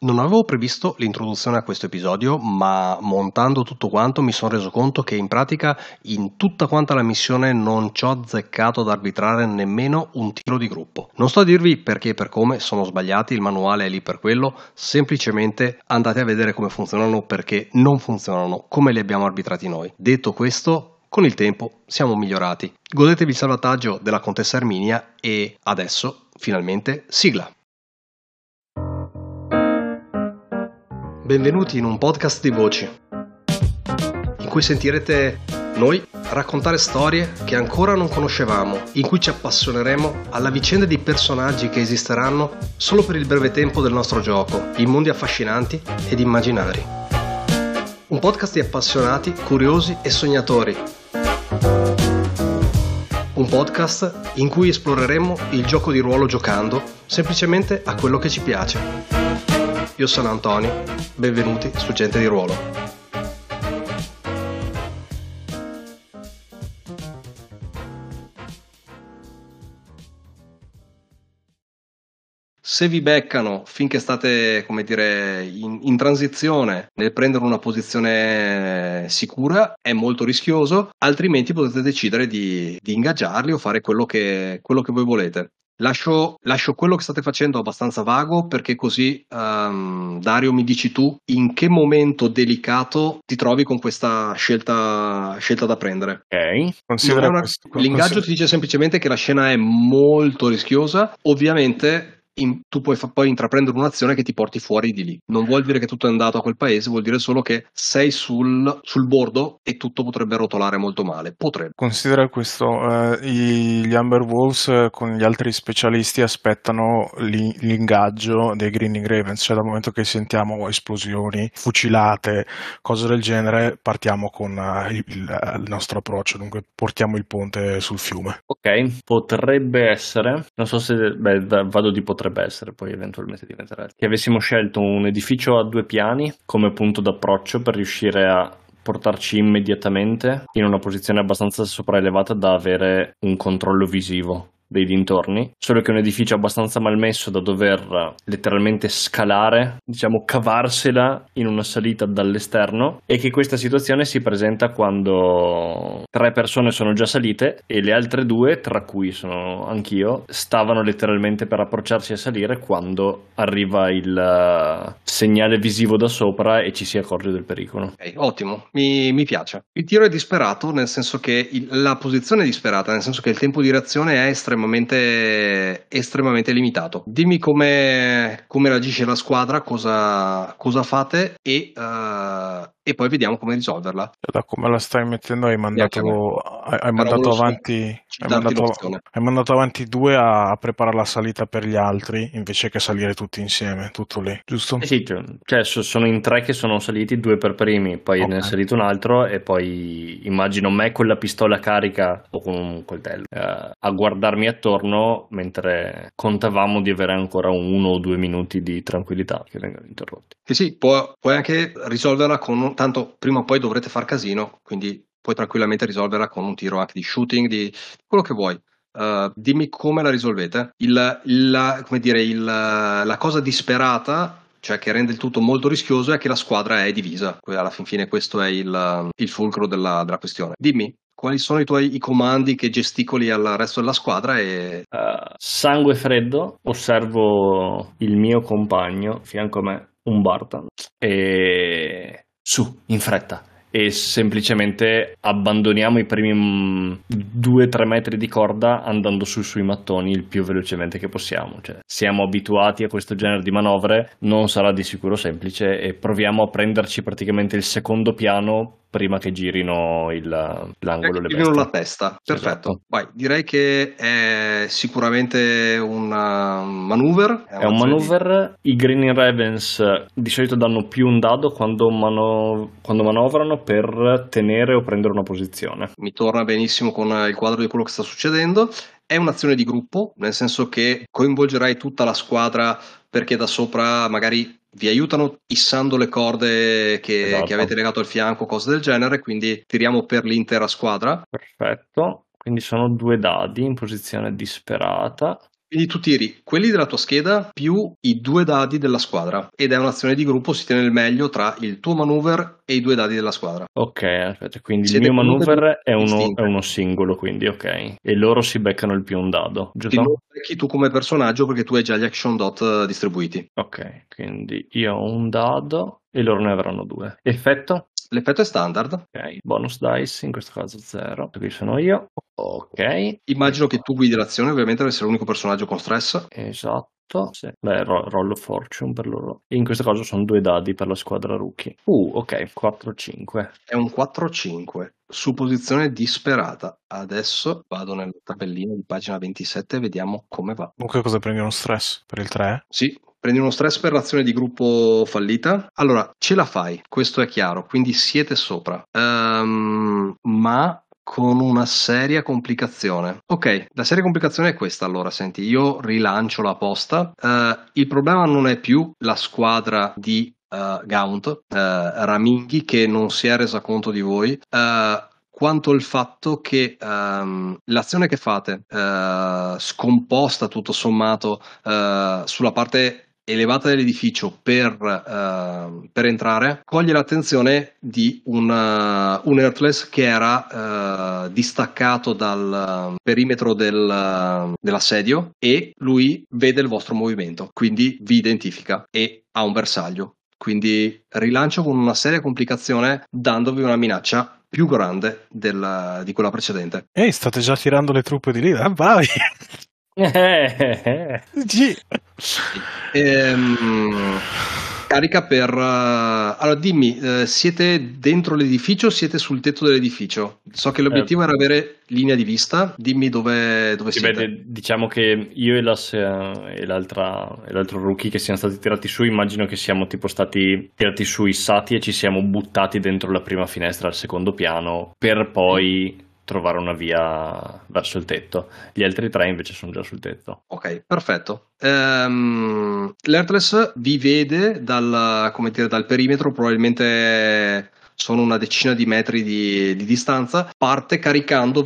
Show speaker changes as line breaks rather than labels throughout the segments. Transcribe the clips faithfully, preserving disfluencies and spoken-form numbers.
Non avevo previsto l'introduzione a questo episodio, ma montando tutto quanto mi sono reso conto che in pratica in tutta quanta la missione non ci ho azzeccato ad arbitrare nemmeno un tiro di gruppo. Non sto a dirvi perché e per come, sono sbagliati, il manuale è lì per quello, semplicemente andate a vedere come funzionano perché non funzionano come li abbiamo arbitrati noi. Detto questo, con il tempo siamo migliorati. Godetevi il salvataggio della contessa Erminia e adesso, finalmente, sigla! Benvenuti in un podcast di voci, in cui sentirete noi raccontare storie che ancora non conoscevamo, in cui ci appassioneremo alla vicenda di personaggi che esisteranno solo per il breve tempo del nostro gioco, in mondi affascinanti ed immaginari. Un podcast di appassionati, curiosi e sognatori. Un podcast in cui esploreremo il gioco di ruolo giocando semplicemente a quello che ci piace. Io sono Antonio, benvenuti su Gente di Ruolo. Se vi beccano finché state, come dire, in, in transizione nel prendere una posizione sicura, è molto rischioso, altrimenti potete decidere di, di ingaggiarli o fare quello che, quello che voi volete. Lascio, lascio quello che state facendo abbastanza vago perché così um, Dario mi dici tu in che momento delicato ti trovi con questa scelta, scelta da prendere.
Ok, considera
una,
questo,
l'ingaggio
considera...
ti dice semplicemente che la scena è molto rischiosa, ovviamente in, tu puoi fa, poi intraprendere un'azione che ti porti fuori di lì. Non vuol dire che tutto è andato a quel paese, vuol dire solo che sei sul, sul bordo e tutto potrebbe rotolare molto male. Potrebbe.
Considera questo, eh, gli Amber Wolves eh, con gli altri specialisti aspettano li, l'ingaggio dei Grinning Ravens, cioè dal momento che sentiamo esplosioni, fucilate, cose del genere, partiamo con uh, il, il nostro approccio, dunque portiamo il ponte sul fiume.
Ok, potrebbe essere, non so se, beh, vado di potrebbe essere, poi eventualmente diventerà, che avessimo scelto un edificio a due piani come punto d'approccio per riuscire a portarci immediatamente in una posizione abbastanza sopraelevata da avere un controllo visivo dei dintorni, solo che è un edificio abbastanza malmesso da dover letteralmente scalare, diciamo cavarsela in una salita dall'esterno, e che questa situazione si presenta quando tre persone sono già salite e le altre due, tra cui sono anch'io, stavano letteralmente per approcciarsi a salire quando arriva il segnale visivo da sopra e ci si accorge del pericolo.
Okay, ottimo, mi, mi piace. Il tiro è disperato, nel senso che il, la posizione è disperata, nel senso che il tempo di reazione è estremamente estremamente limitato. Dimmi come, come reagisce la squadra, cosa, cosa fate e, uh, e poi vediamo come risolverla.
Da come la stai mettendo hai mandato, hai, hai mandato avanti hai mandato, hai mandato avanti due a, a preparare la salita per gli altri invece che salire tutti insieme, tutto lì, giusto?
Eh sì, cioè sono in tre che sono saliti, due per primi, poi okay. Ne è salito un altro e poi immagino me con la pistola carica o con un coltello eh, a guardarmi attorno mentre contavamo di avere ancora uno o due minuti di tranquillità che vengano interrotti.
Sì, sì, può, puoi anche risolverla con, tanto prima o poi dovrete far casino, quindi puoi tranquillamente risolverla con un tiro anche di shooting, di quello che vuoi. Uh, dimmi come la risolvete. Il, il, come dire, il, la cosa disperata, cioè che rende il tutto molto rischioso, è che la squadra è divisa. Alla fin fine questo è il, il fulcro della, della questione. Dimmi. Quali sono i tuoi i comandi che gesticoli al resto della squadra? E...
Uh, sangue freddo, osservo il mio compagno fianco a me, un Bartan, e su, in fretta. E semplicemente abbandoniamo i primi due o tre metri di corda andando su sui mattoni il più velocemente che possiamo. Cioè, siamo abituati a questo genere di manovre, non sarà di sicuro semplice e proviamo a prenderci praticamente il secondo piano prima che girino il, l'angolo le
girino la testa. Perfetto. Esatto. Vai, direi che è sicuramente un maneuver.
È, è un maneuver. Di... I Green Ravens di solito danno più un dado quando, mano... quando manovrano per tenere o prendere una posizione.
Mi torna benissimo con il quadro di quello che sta succedendo. È un'azione di gruppo, nel senso che coinvolgerai tutta la squadra perché da sopra magari vi aiutano issando le corde che, esatto. che avete legato al fianco, cose del genere, quindi tiriamo per l'intera squadra.
Perfetto, quindi sono due dadi in posizione disperata.
Quindi tu tiri quelli della tua scheda più i due dadi della squadra ed è un'azione di gruppo, si tiene il meglio tra il tuo maneuver e i due dadi della squadra.
Ok, aspetta, quindi
Siete
il mio
comunque
maneuver è uno,
distinte.
è uno singolo, quindi ok. E loro si beccano il più un dado,
Ti
giusto?
non becchi tu come personaggio perché tu hai già gli action dot distribuiti.
Ok, quindi io ho un dado e loro ne avranno due. Effetto?
L'effetto è standard.
Ok, bonus dice, in questo caso zero. Qui sono io. Ok.
Immagino che tu guidi l'azione, ovviamente deve essere l'unico personaggio con stress.
Esatto, sì. Beh, ro- roll fortune per loro. E in questo caso sono due dadi per la squadra rookie. Uh, ok, quattro cinque.
È un quattro cinque su posizione disperata. Adesso vado nella tabellina di pagina ventisette e vediamo come va.
Comunque cosa prendi uno stress per il tre?
Sì, prendi uno stress per l'azione di gruppo fallita. Allora, ce la fai, questo è chiaro, quindi siete sopra. Ehm, ma con una seria complicazione. Ok, la seria complicazione è questa, allora, senti, io rilancio la posta. Eh, il problema non è più la squadra di uh, Gaunt, uh, Raminghi, che non si è resa conto di voi, uh, quanto il fatto che um, l'azione che fate, uh, scomposta tutto sommato uh, sulla parte elevata dell'edificio per, uh, per entrare, coglie l'attenzione di un, uh, un Earthless che era uh, distaccato dal uh, perimetro del, uh, dell'assedio e lui vede il vostro movimento, quindi vi identifica e ha un bersaglio. Quindi rilancio con una seria complicazione dandovi una minaccia più grande del, di quella precedente.
Ehi, state già tirando le truppe di lì? Ah, bravi! G.
Ehm, carica per... Uh, allora dimmi, uh, siete dentro l'edificio o siete sul tetto dell'edificio? So che l'obiettivo
Eh,
era avere linea di vista, dimmi dove, dove
sì,
siete.
beh, diciamo che io e, la, e, l'altra, e l'altro rookie che siamo stati tirati su, immagino che siamo tipo stati tirati su issati e ci siamo buttati dentro la prima finestra al secondo piano per poi trovare una via verso il tetto. Gli altri tre invece sono già sul tetto.
Ok, perfetto. Um, L'Earthless vi vede dal, come dire, dal perimetro, probabilmente sono una decina di metri di, di distanza, parte caricando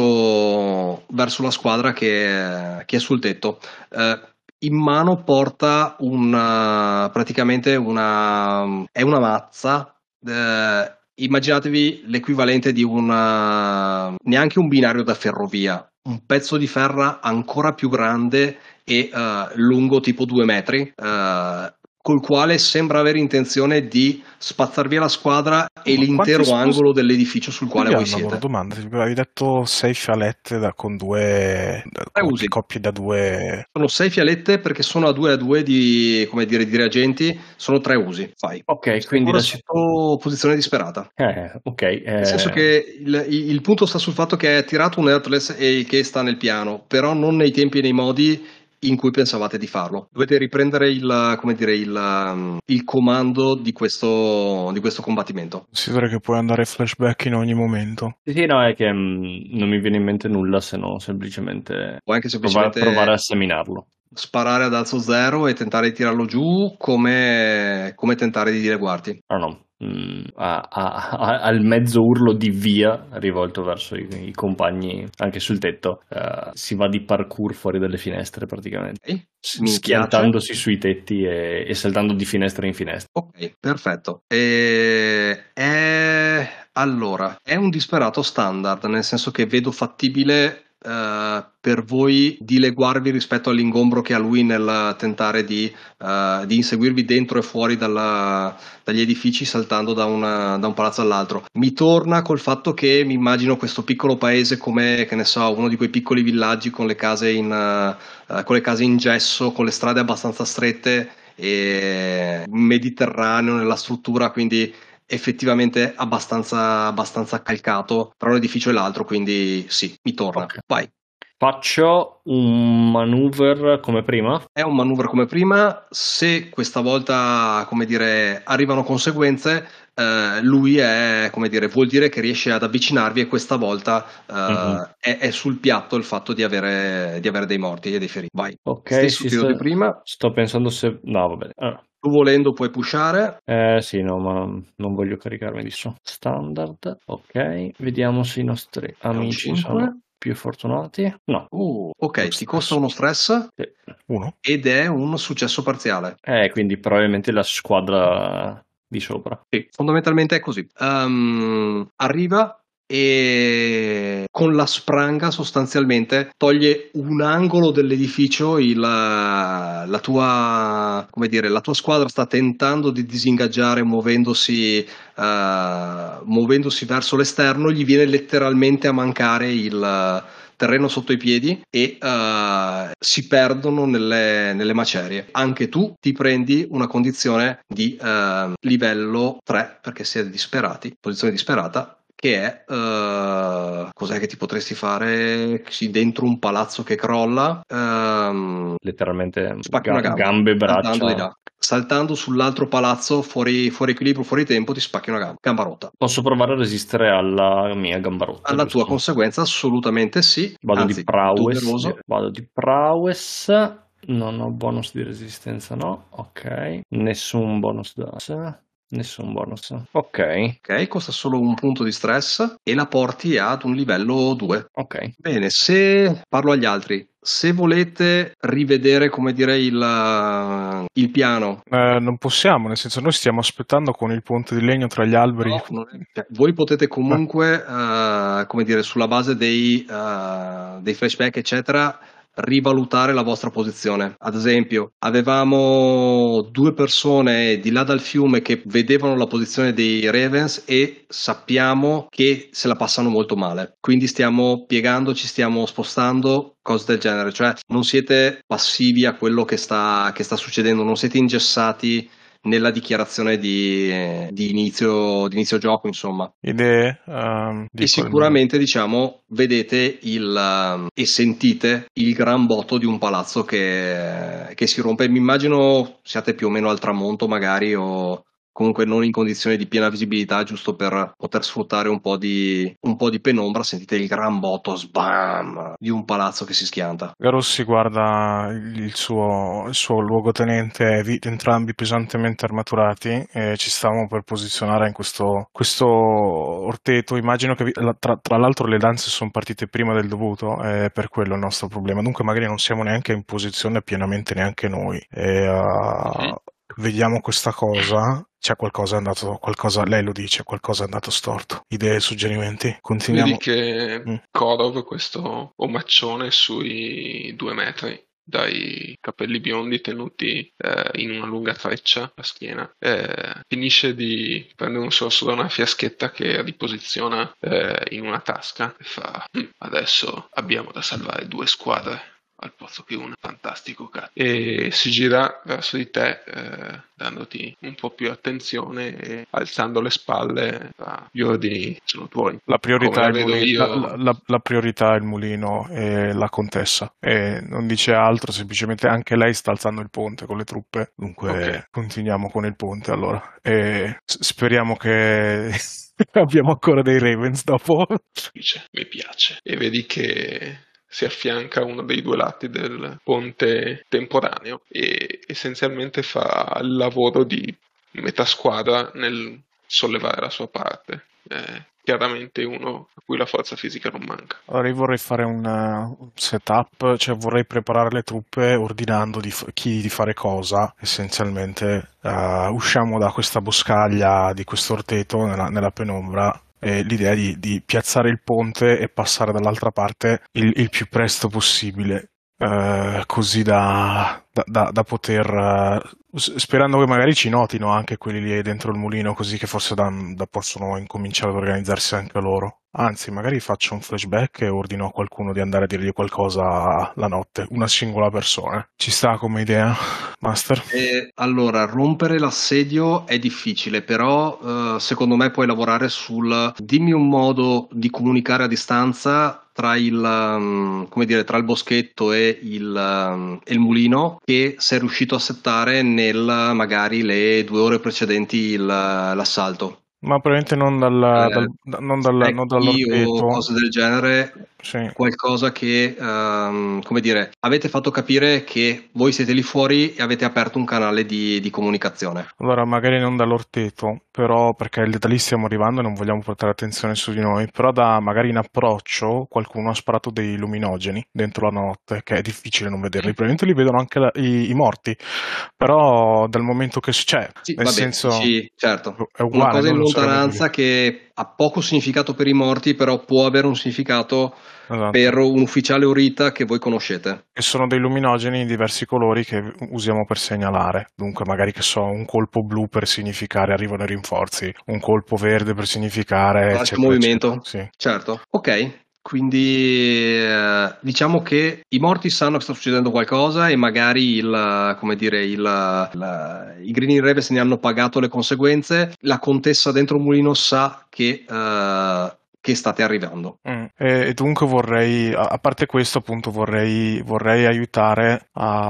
verso, verso la squadra che, che è sul tetto. Uh, in mano porta una, praticamente una, è una mazza. Uh, Immaginatevi l'equivalente di una, neanche un binario da ferrovia, un pezzo di ferro ancora più grande e uh, lungo tipo due metri, uh, col quale sembra avere intenzione di spazzar via la squadra e
Ma
l'intero
quanti,
angolo dell'edificio sul quale voi
hanno
siete.
loro? Domanda, avevi detto sei fialette da, con due
Tre usi.
coppie da due.
Sono sei fialette perché sono a due a due di, come dire, di reagenti, sono tre usi. Fai.
Ok, quindi
ora
la
sotto posizione disperata.
Eh, ok. Eh...
Nel senso che il, il punto sta sul fatto che hai tirato un Earthless e che sta nel piano, però non nei tempi e nei modi in cui pensavate di farlo. Dovete riprendere il, come dire, il, il comando di questo, di questo combattimento.
Considera che puoi andare flashback in ogni momento.
Sì, sì, no, è che mh, non mi viene in mente nulla se no semplicemente,
Puoi anche semplicemente
provare, provare a seminarlo.
Sparare ad alzo zero e tentare di tirarlo giù come, come tentare di dileguarti.
Ah no, mm, a, a, a, al mezzo urlo di via rivolto verso i, i compagni anche sul tetto, uh, si va di parkour fuori dalle finestre praticamente,
Okay.
S- schiantandosi sui tetti e, e saltando di finestra in finestra.
Ok, perfetto. E... È... Allora, è un disperato standard, nel senso che vedo fattibile Uh, per voi dileguarvi rispetto all'ingombro che ha lui nel tentare di, uh, di inseguirvi dentro e fuori dalla, dagli edifici saltando da, una, da un palazzo all'altro. Mi torna col fatto che mi immagino questo piccolo paese come, che ne so, uno di quei piccoli villaggi con le case in, uh, con le case in gesso, con le strade abbastanza strette e mediterraneo nella struttura, quindi effettivamente abbastanza, abbastanza calcato tra un edificio e l'altro, quindi sì, mi torna.
Okay.
Vai.
Faccio un maneuver come prima?
È un maneuver come prima, se questa volta, come dire, arrivano conseguenze, eh, lui è, come dire, vuol dire che riesce ad avvicinarvi e questa volta eh, mm-hmm. è, è sul piatto il fatto di avere, di avere dei morti e dei feriti. Vai.
Ok,
Stesso tiro
sto,
di prima.
Sto pensando se... No, va bene. Ah.
Tu volendo puoi pushare.
Eh sì, no, ma non voglio caricarmi di su. Standard, ok. Vediamo se i nostri amici sono più fortunati. No.
Uh, ok,
Lo
ti
stesso.
costa uno stress
Sì.
Uno?
ed è un successo parziale.
Eh, quindi probabilmente la squadra di sopra.
Sì, fondamentalmente è così. Ehm, arriva e con la spranga sostanzialmente toglie un angolo dell'edificio. Il, la tua, come dire, la tua squadra sta tentando di disingaggiare muovendosi, eh, muovendosi verso l'esterno, gli viene letteralmente a mancare il terreno sotto i piedi e uh, si perdono nelle, nelle macerie. Anche tu ti prendi una condizione di uh, livello tre perché sei disperati, posizione disperata, che è uh, cos'è che ti potresti fare? Sì, dentro un palazzo che crolla, um,
letteralmente
spacchi
ga-
una gamba,
gambe e
saltando di
braccia.
là. Saltando sull'altro palazzo fuori, fuori equilibrio, fuori tempo, ti spacchi una gamba, gamba rotta.
Posso provare a resistere alla mia gamba rotta,
Alla
giusto?
tua conseguenza assolutamente sì.
Vado
Anzi,
di prowess.
doveroso.
Vado di prowess. Non ho bonus di resistenza, no. Ok. Nessun bonus da... Nessun bonus. Ok.
Ok, costa solo un punto di stress e la porti ad un livello due.
Ok.
Bene, se parlo agli altri, se volete rivedere, come dire, il, il piano.
Eh, non possiamo, nel senso noi stiamo aspettando con il ponte di legno tra gli alberi.
No, non è- voi potete comunque, eh, come dire, sulla base dei, eh, dei flashback, eccetera, rivalutare la vostra posizione. Ad esempio, avevamo due persone di là dal fiume che vedevano la posizione dei Ravens e sappiamo che se la passano molto male. Quindi stiamo piegandoci, stiamo spostando, cose del genere. Cioè, non siete passivi a quello che sta, che sta succedendo, non siete ingessati nella dichiarazione di, eh, di inizio, di inizio gioco, insomma.
Idee? Um,
E sicuramente, diciamo, vedete il um, e sentite il gran botto di un palazzo che, che si rompe. Mi immagino siate più o meno al tramonto, magari, o comunque non in condizioni di piena visibilità, giusto per poter sfruttare un po' di, un po' di penombra. Sentite il gran botto, sbam, di un palazzo che si schianta.
Garossi guarda il suo, il suo luogotenente Heavy, entrambi pesantemente armaturati, e ci stavamo per posizionare in questo, questo orteto. Immagino che vi- la- tra, tra l'altro le danze sono partite prima del dovuto, è per quello il nostro problema. Dunque magari non siamo neanche in posizione pienamente neanche noi. E, uh,
Mhm.
vediamo questa cosa. C'è qualcosa è andato, qualcosa, lei lo dice, qualcosa è andato storto. Idee, suggerimenti? Continuiamo.
Vedi che
Mm.
Korov, questo omaccione sui due metri, dai capelli biondi tenuti eh, in una lunga treccia a schiena, eh, finisce di prendere un sorso da una fiaschetta che riposiziona eh, in una tasca e fa: "Mm, adesso abbiamo da salvare due squadre al posto che una, fantastico cazzo", e si gira verso di te eh, dandoti un po' più attenzione e alzando le spalle fa: "Gli ordini sono tuoi".
La priorità,
Come
è il
vedo
mulino,
io-
la, la- la priorità è il mulino e la contessa. E non dice altro, semplicemente anche lei sta alzando il ponte con le truppe. Dunque
Ok.
continuiamo con il ponte allora. E s- speriamo che abbiamo ancora dei Ravens dopo.
Dice: "Mi piace". E vedi che si affianca a uno dei due lati del ponte temporaneo e essenzialmente fa il lavoro di metà squadra nel sollevare la sua parte. È chiaramente uno a cui la forza fisica non manca.
Allora io vorrei fare un, uh, un setup, cioè vorrei preparare le truppe ordinando di f- chi di fare cosa. Essenzialmente uh, usciamo da questa boscaglia di questo orteto nella, nella penombra. E l'idea è di, di piazzare il ponte e passare dall'altra parte il, il più presto possibile, eh, così da, da, da, da poter, eh, s- sperando che magari ci notino anche quelli lì dentro il mulino, così che forse da, da possono incominciare ad organizzarsi anche loro. Anzi, magari faccio un flashback e ordino a qualcuno di andare a dirgli qualcosa la notte, una singola persona. Ci sta come idea, Master?
E allora, rompere l'assedio è difficile, però eh, secondo me puoi lavorare sul dimmi un modo di comunicare a distanza tra il, um, come dire, tra il boschetto e il, um, e il mulino che sei riuscito a settare nel magari le due ore precedenti il- l'assalto.
Ma probabilmente non, dal,
Eh,
dal- non, dal, non
specchi o
dall'orteto.
cose del genere.
Sì.
qualcosa che, ehm, come dire, avete fatto capire che voi siete lì fuori e avete aperto un canale di, di comunicazione.
Allora, magari non dall'orteto, però perché da lì stiamo arrivando e non vogliamo portare attenzione su di noi, però da magari in approccio qualcuno ha sparato dei luminogeni dentro la notte, che è difficile non vederli, probabilmente li vedono anche la- i, i morti, però dal momento che c'è,
Sì,
nel
vabbè,
senso
sì, certo.
è
Una
uguale,
cosa in
noi non saremo
lontananza
lì.
che ha poco significato per i morti, però può avere un significato
Esatto.
per un ufficiale Urita che voi conoscete.
E sono dei luminogeni in diversi colori che usiamo per segnalare. Dunque, magari che so, un colpo blu per significare arrivano i rinforzi, un colpo verde per significare,
C'è
eccetera, eccetera.
movimento?
Sì.
Certo. Ok. Quindi eh, diciamo che i morti sanno che sta succedendo qualcosa e magari il, come dire, il, la- i Green Ravens ne hanno pagato le conseguenze. La contessa dentro il mulino sa che, eh, che state arrivando.
Mm. E, e dunque vorrei, a, a parte questo, appunto, vorrei, vorrei aiutare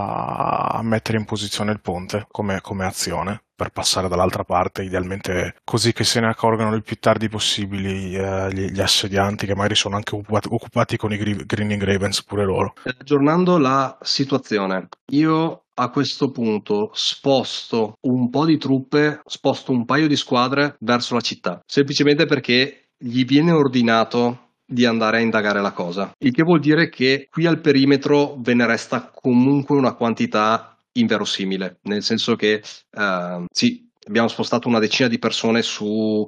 a, a mettere in posizione il ponte come, come azione per passare dall'altra parte, idealmente così che se ne accorgano il più tardi possibili eh, gli, gli assedianti, che magari sono anche occupati, occupati con i Gri- Greening Ravens pure loro.
Aggiornando la situazione, io a questo punto sposto un po' di truppe, sposto un paio di squadre verso la città, semplicemente perché gli viene ordinato di andare a indagare la cosa, il che vuol dire che qui al perimetro ve ne resta comunque una quantità inverosimile, nel senso che eh, sì, abbiamo spostato una decina di persone su,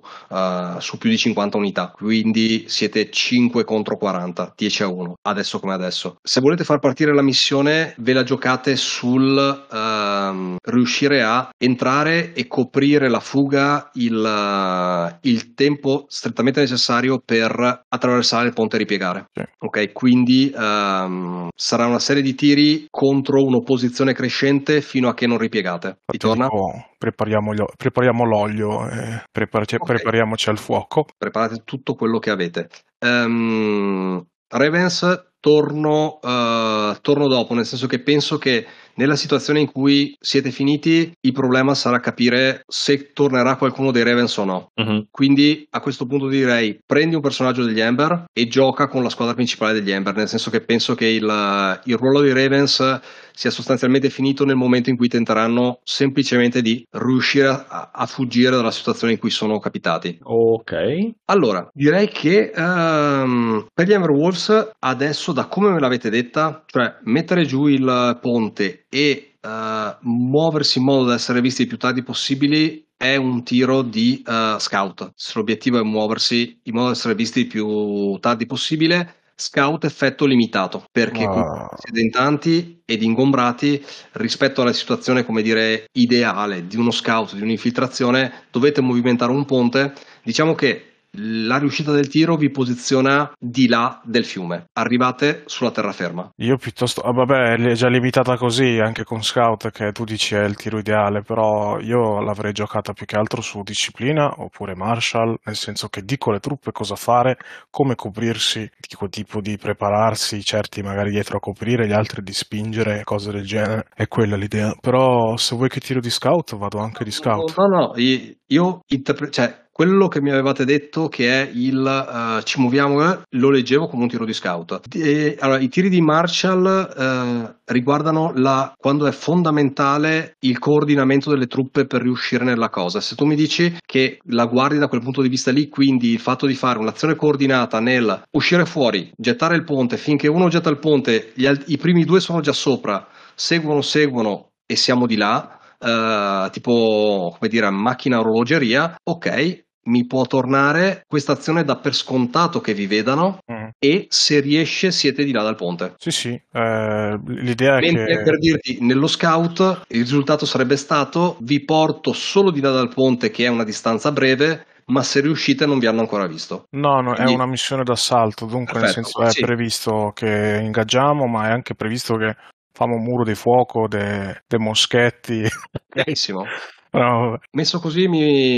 uh, su più di cinquanta unità, quindi siete cinque contro quaranta, dieci a uno, adesso come adesso. Se volete far partire la missione, ve la giocate sul uh, riuscire a entrare e coprire la fuga il, uh, il tempo strettamente necessario per attraversare il ponte e ripiegare.
Sì.
Ok, quindi um, sarà una serie di tiri contro un'opposizione crescente fino a che non ripiegate. Ti torna?
Dico, prepariamo, gli- prepariamo l'olio e prepar-
Ok.
prepariamoci al fuoco.
Preparate tutto quello che avete. Um, Ravens, torno, uh, torno dopo, nel senso che penso che nella situazione in cui siete finiti, il problema sarà capire se tornerà qualcuno dei Ravens o no.
Mhm.
Quindi a questo punto direi prendi un personaggio degli Ember e gioca con la squadra principale degli Ember, nel senso che penso che il, il ruolo dei Ravens sia sostanzialmente finito nel momento in cui tenteranno semplicemente di riuscire a, a fuggire dalla situazione in cui sono capitati.
Ok.
Allora, direi che ehm, per gli Ember Wolves adesso, da come me l'avete detta, cioè mettere giù il ponte e eh, muoversi in modo da essere visti il più tardi possibili è un tiro di eh, scout. Se l'obiettivo è muoversi in modo da essere visti il più tardi possibile, scout effetto limitato, perché
Ah.
comunque siete in tanti ed ingombrati rispetto alla situazione, come dire, ideale di uno scout, di un'infiltrazione, dovete movimentare un ponte. Diciamo che la riuscita del tiro vi posiziona di là del fiume, arrivate sulla terraferma.
Io piuttosto, ah, vabbè, è già limitata così anche con Scout, che tu dici è il tiro ideale, però io l'avrei giocata più che altro su disciplina oppure Marshall, nel senso che dico alle truppe cosa fare, come coprirsi, dico tipo di prepararsi, certi magari dietro a coprire, gli altri di spingere, cose del genere, è quella l'idea. Però se vuoi che tiro di Scout, vado anche di Scout.
No, no, io, io interpre- cioè, quello che mi avevate detto che è il uh, ci muoviamo, eh, lo leggevo come un tiro di scout. E, allora, i tiri di Marshall uh, riguardano la, quando è fondamentale il coordinamento delle truppe per riuscire nella cosa. Se tu mi dici che la guardi da quel punto di vista lì, quindi il fatto di fare un'azione coordinata nel uscire fuori, gettare il ponte, finché uno getta il ponte, gli al- i primi due sono già sopra, seguono, seguono e siamo di là. Uh, tipo, come dire, macchina orologeria, ok, mi può tornare questa azione da per scontato che vi vedano
Mm.
e se riesce siete di là dal ponte.
Sì, sì, eh, l'idea è
Mentre
che...
per dirti, nello scout il risultato sarebbe stato vi porto solo di là dal ponte che è una distanza breve, ma se riuscite non vi hanno ancora visto.
No, no, è
Quindi-
una missione d'assalto, dunque nel
Perfetto,
senso è
sì.
previsto che ingaggiamo, ma è anche previsto che famo un muro di fuoco, dei de moschetti.
Benissimo.
No,
Messo così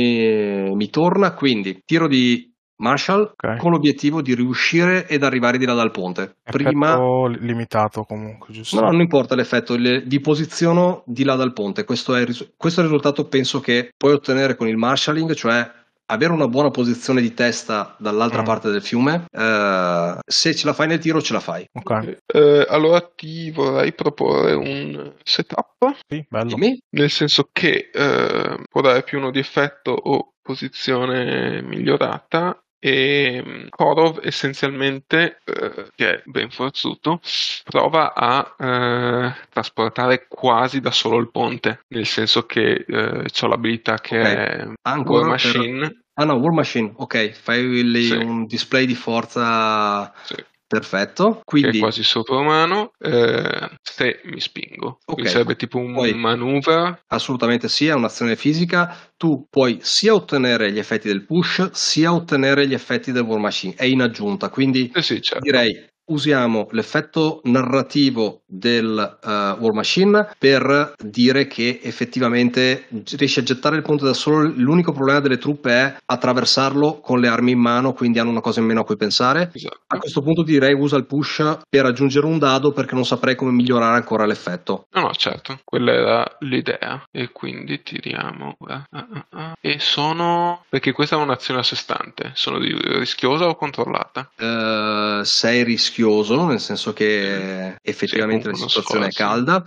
mi, mi torna, quindi tiro di Marshall
ok.
con l'obiettivo di riuscire ed arrivare di là dal ponte. Prima,
Effetto limitato comunque, giusto?
no, no, non importa l'effetto, le- vi posiziono di là dal ponte. Questo è, il ris- questo è il risultato penso che puoi ottenere con il marshalling, cioè avere una buona posizione di testa dall'altra
Mm.
parte del fiume. Eh, se ce la fai nel tiro, ce la fai.
Ok,
Ok. Eh, allora ti vorrei proporre un setup,
sì, bello.
Dimmi.
nel senso che eh, può dare più uno di effetto o posizione migliorata. E mm, Korov essenzialmente, eh, che è ben forzuto, prova a eh, trasportare quasi da solo il ponte, nel senso che eh, c'ho l'abilità che
Ok.
è War
Ancora per...
Machine.
Ah no, War Machine, ok, fai lì
Sì,
un display di forza
sì,
perfetto,
che è
quindi
quasi sovrumano, eh, se mi spingo.
ok,
Quindi sarebbe tipo un
poi
maneuver.
assolutamente sì, è un'azione fisica, tu puoi sia ottenere gli effetti del push, sia ottenere gli effetti del War Machine, è in aggiunta, quindi
Eh sì, certo.
direi usiamo l'effetto narrativo del uh, War Machine per dire che effettivamente riesci a gettare il ponte da solo. L'unico problema delle truppe è attraversarlo con le armi in mano, quindi hanno una cosa in meno a cui pensare.
Esatto.
A questo punto direi usa il push per aggiungere un dado, perché non saprei come migliorare ancora l'effetto.
No, no, certo, quella era l'idea. E quindi tiriamo. ah, ah, ah, ah. E sono. Perché questa è un'azione a sé stante. Sono di- rischiosa o controllata?
Uh, sei rischioso, nel senso che effettivamente
Sì,
la
uno
situazione è
sforzo.
calda.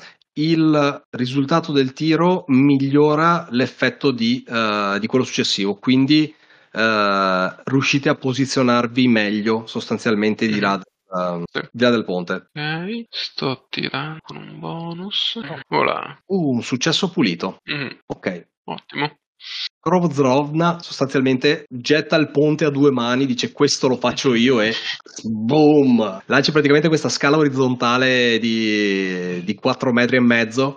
Il risultato del tiro migliora l'effetto di, uh, di quello successivo, quindi uh, riuscite a posizionarvi meglio sostanzialmente di là, uh,
Sì.
di là del ponte.
Ok, sto tirando con un bonus. Voilà.
Uh, un successo pulito.
Mhm,
Ok.
Ottimo.
Krovzrovna sostanzialmente getta il ponte a due mani, dice questo lo faccio io e boom! Lancia praticamente questa scala orizzontale di, di quattro metri e mezzo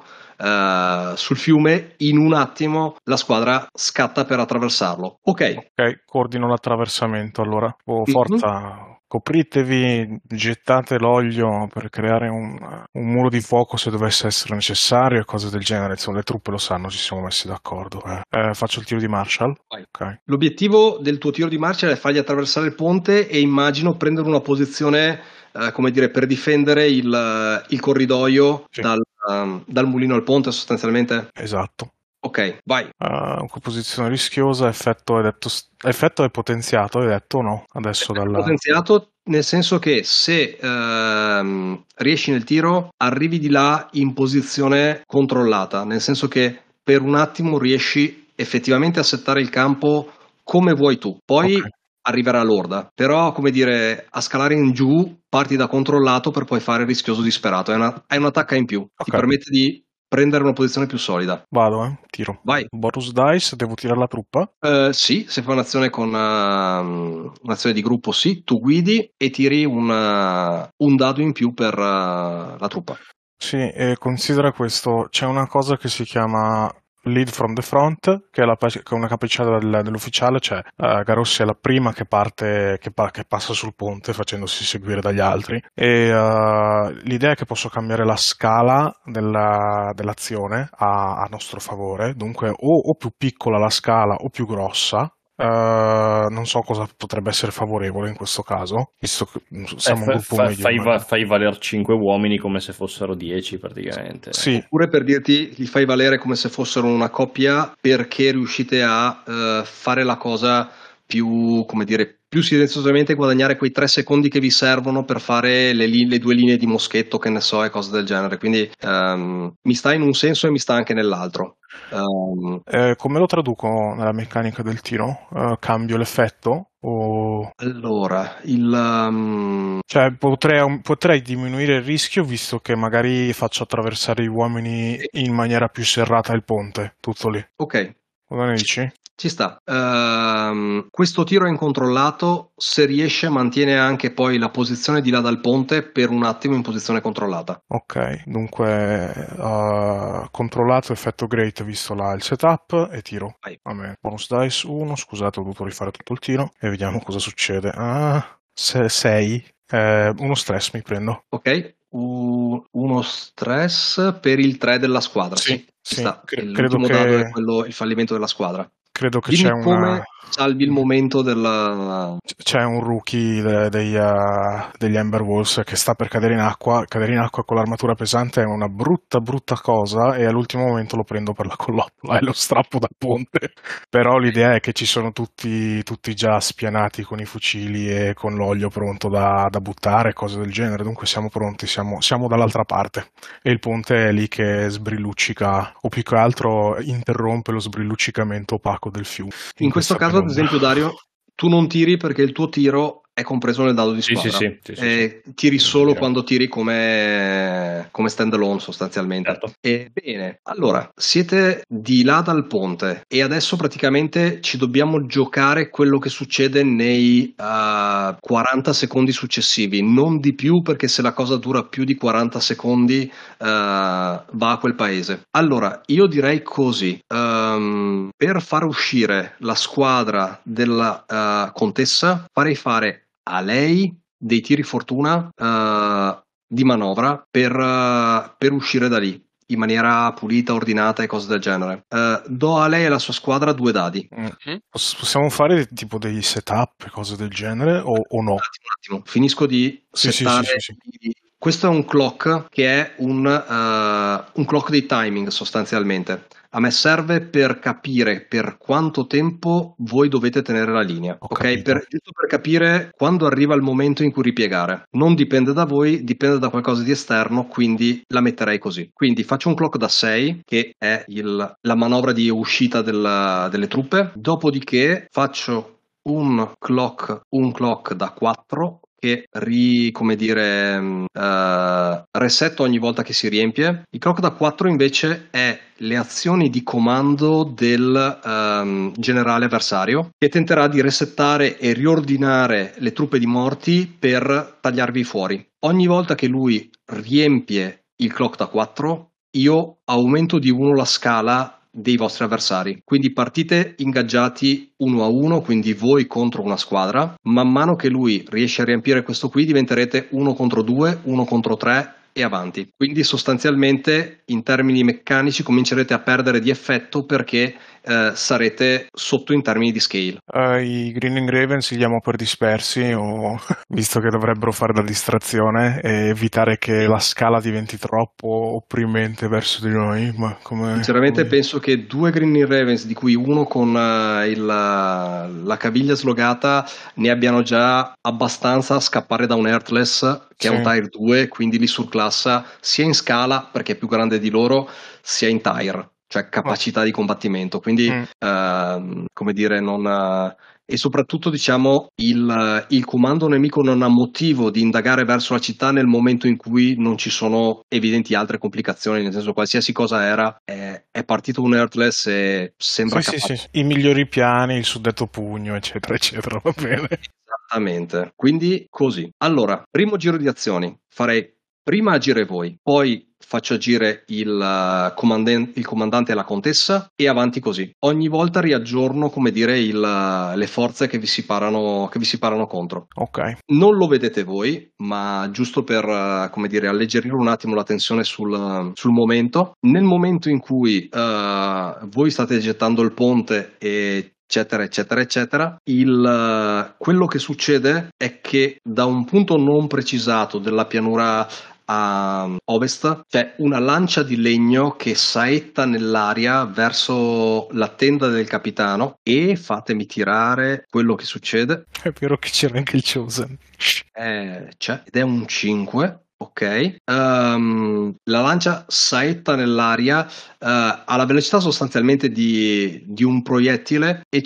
uh, sul fiume. In un attimo la squadra scatta per attraversarlo. Ok.
Ok, coordino l'attraversamento allora. Oh,
Mhm.
forza, copritevi, gettate l'olio per creare un, un muro di fuoco se dovesse essere necessario e cose del genere. Insomma, le truppe lo sanno, ci siamo messi d'accordo. Eh. Eh, faccio il tiro di Marshall.
Vai.
Ok.
L'obiettivo del tuo tiro di marcia è fargli attraversare il ponte e immagino prendere una posizione, eh, come dire, per difendere il, il corridoio
Sì.
dal, um, dal mulino al ponte sostanzialmente.
Esatto.
Ok, vai.
Uh, posizione rischiosa, effetto, hai detto, effetto è potenziato, hai detto o no? Adesso
È
dalla...
potenziato nel senso che se ehm, riesci nel tiro arrivi di là in posizione controllata, nel senso che per un attimo riesci effettivamente a settare il campo come vuoi tu, poi
Ok.
arriverà l'orda, però come dire a scalare in giù parti da controllato per poi fare il rischioso disperato, è una, è un'attacca in più, ti
Ok.
permette di prendere una posizione più solida.
Vado, eh? Tiro.
Vai.
Bonus dice, devo tirare la truppa?
Uh, sì, se fai un'azione con uh, un'azione di gruppo, sì, tu guidi e tiri un, uh, un dado in più per uh, la truppa.
Sì, e considera questo, c'è una cosa che si chiama Lead from the Front, che è, la, che è una capacità del, dell'ufficiale, cioè uh, Garossi è la prima che parte, che, pa- che passa sul ponte facendosi seguire dagli altri, e uh, l'idea è che posso cambiare la scala della, dell'azione a, a nostro favore, dunque o, o più piccola la scala o più grossa. Uh, non so cosa potrebbe essere favorevole in questo caso, visto che siamo
eh,
un gruppo
fa,
medio.
Fai, va, fai valer cinque uomini come se fossero dieci praticamente.
Sì.
Oppure per dirti li fai valere come se fossero una coppia, perché riuscite a uh, fare la cosa più, come dire, più silenziosamente, guadagnare quei tre secondi che vi servono per fare le, li- le due linee di moschetto, che ne so, e cose del genere. Quindi um, mi sta in un senso e mi sta anche nell'altro. Um,
eh, come lo traduco nella meccanica del tiro? Uh, cambio l'effetto? O...
Allora, il... Um...
Cioè, potrei, potrei diminuire il rischio visto che magari faccio attraversare gli uomini in maniera più serrata il ponte, tutto lì.
Ok.
Cosa ne dici?
Ci sta. Uh, questo tiro è incontrollato, se riesce mantiene anche poi la posizione di là dal ponte per un attimo in posizione controllata.
Ok, dunque uh, controllato, effetto great visto là il setup e tiro.
Vai.
Vabbè, bonus dice uno, scusate ho dovuto rifare tutto il tiro e vediamo cosa succede. Ah, sei, eh, uno stress mi prendo.
Ok, U- uno stress per il tre della squadra, sì.
Sì,
Ci
sì,
sta.
cre-
L'ultimo
credo
dado
che...
è quello, il fallimento della squadra.
credo che
Dimmi
c'è
come
una...
salvi il momento della...
C'è un rookie de- dei, uh, degli Ember Wolves che sta per cadere in acqua. Cadere in acqua con l'armatura pesante è una brutta, brutta cosa, e all'ultimo momento lo prendo per la collottola e lo strappo dal ponte. Però l'idea è che ci sono tutti, tutti già spianati con i fucili e con l'olio pronto da, da buttare, cose del genere. Dunque siamo pronti, siamo, siamo dall'altra parte. E il ponte è lì che sbrilluccica, o più che altro interrompe lo sbrilluccicamento opaco del fiume.
In, in questo caso, ad esempio, Dario, tu non tiri perché il tuo tiro è compreso nel dado di squadra.
Sì, sì, sì, sì,
eh,
sì.
Tiri
sì,
solo
sì,
quando tiri come, come stand alone, sostanzialmente.
Certo.
E bene, allora, siete di là dal ponte e adesso praticamente ci dobbiamo giocare quello che succede nei uh, quaranta secondi successivi, non di più, perché se la cosa dura più di quaranta secondi uh, va a quel paese. Allora, io direi così, um, per far uscire la squadra della uh, contessa farei fare a lei dei tiri fortuna uh, di manovra per, uh, per uscire da lì in maniera pulita, ordinata e cose del genere. Uh, do a lei e alla sua squadra due dadi.
Mm. Possiamo fare tipo dei setup, cose del genere, o, o no?
Un attimo, un attimo. Finisco di
sì,
settare.
Sì, sì, sì, sì.
Questo è un clock che è un, uh, un clock di timing, sostanzialmente. A me serve per capire per quanto tempo voi dovete tenere la linea,
Ho
ok? Per, giusto per capire quando arriva il momento in cui ripiegare. Non dipende da voi, dipende da qualcosa di esterno, quindi la metterei così. Quindi faccio un clock da sei, che è il, la manovra di uscita della, delle truppe, dopodiché faccio un clock, un clock da quattro, che ri, come dire, uh, resetto ogni volta che si riempie. Il clock da quattro invece è le azioni di comando del um, generale avversario, che tenterà di resettare e riordinare le truppe di morti per tagliarvi fuori. Ogni volta che lui riempie il clock da quattro, io aumento di uno la scala dei vostri avversari, quindi partite ingaggiati uno a uno, quindi voi contro una squadra. Man mano che lui riesce a riempire questo qui diventerete uno contro due, uno contro tre e avanti, quindi sostanzialmente in termini meccanici comincerete a perdere di effetto perché eh, sarete sotto in termini di scale.
Uh, i Green Ravens li diamo per dispersi, o visto che dovrebbero fare da distrazione e evitare che la scala diventi troppo opprimente verso di noi. Ma come,
sinceramente
come...
penso che due Green Ravens, di cui uno con uh, il, uh, la caviglia slogata, ne abbiano già abbastanza a scappare da un Heartless che sì. È un Tire due, quindi li surclassa sia in scala perché è più grande di loro, sia in Tire, cioè capacità oh. di combattimento, quindi mm. uh, come dire, non uh, e soprattutto diciamo il, il comando nemico non ha motivo di indagare verso la città nel momento in cui non ci sono evidenti altre complicazioni, nel senso qualsiasi cosa era è, è partito un Heartless e sembra
sì,
capace.
Sì, sì. I migliori piani, il suddetto pugno, eccetera eccetera, va bene.
Esattamente, quindi così. Allora, primo giro di azioni, farei prima agire voi, poi faccio agire il, uh, comandante, il comandante e la contessa e avanti così. Ogni volta riaggiorno, come dire, il, uh, le forze che vi si parano, che vi si parano contro.
Ok.
Non lo vedete voi, ma giusto per, uh, come dire, alleggerire un attimo la tensione sul, uh, sul momento. Nel momento in cui uh, voi state gettando il ponte e eccetera eccetera eccetera, il, quello che succede è che da un punto non precisato della pianura a ovest c'è una lancia di legno che saetta nell'aria verso la tenda del capitano e fatemi tirare quello che succede.
È vero che c'era anche il Chosen.
Eh, c'è, ed è un cinque. Ok, um, la lancia saetta nell'aria uh, alla velocità sostanzialmente di, di un proiettile e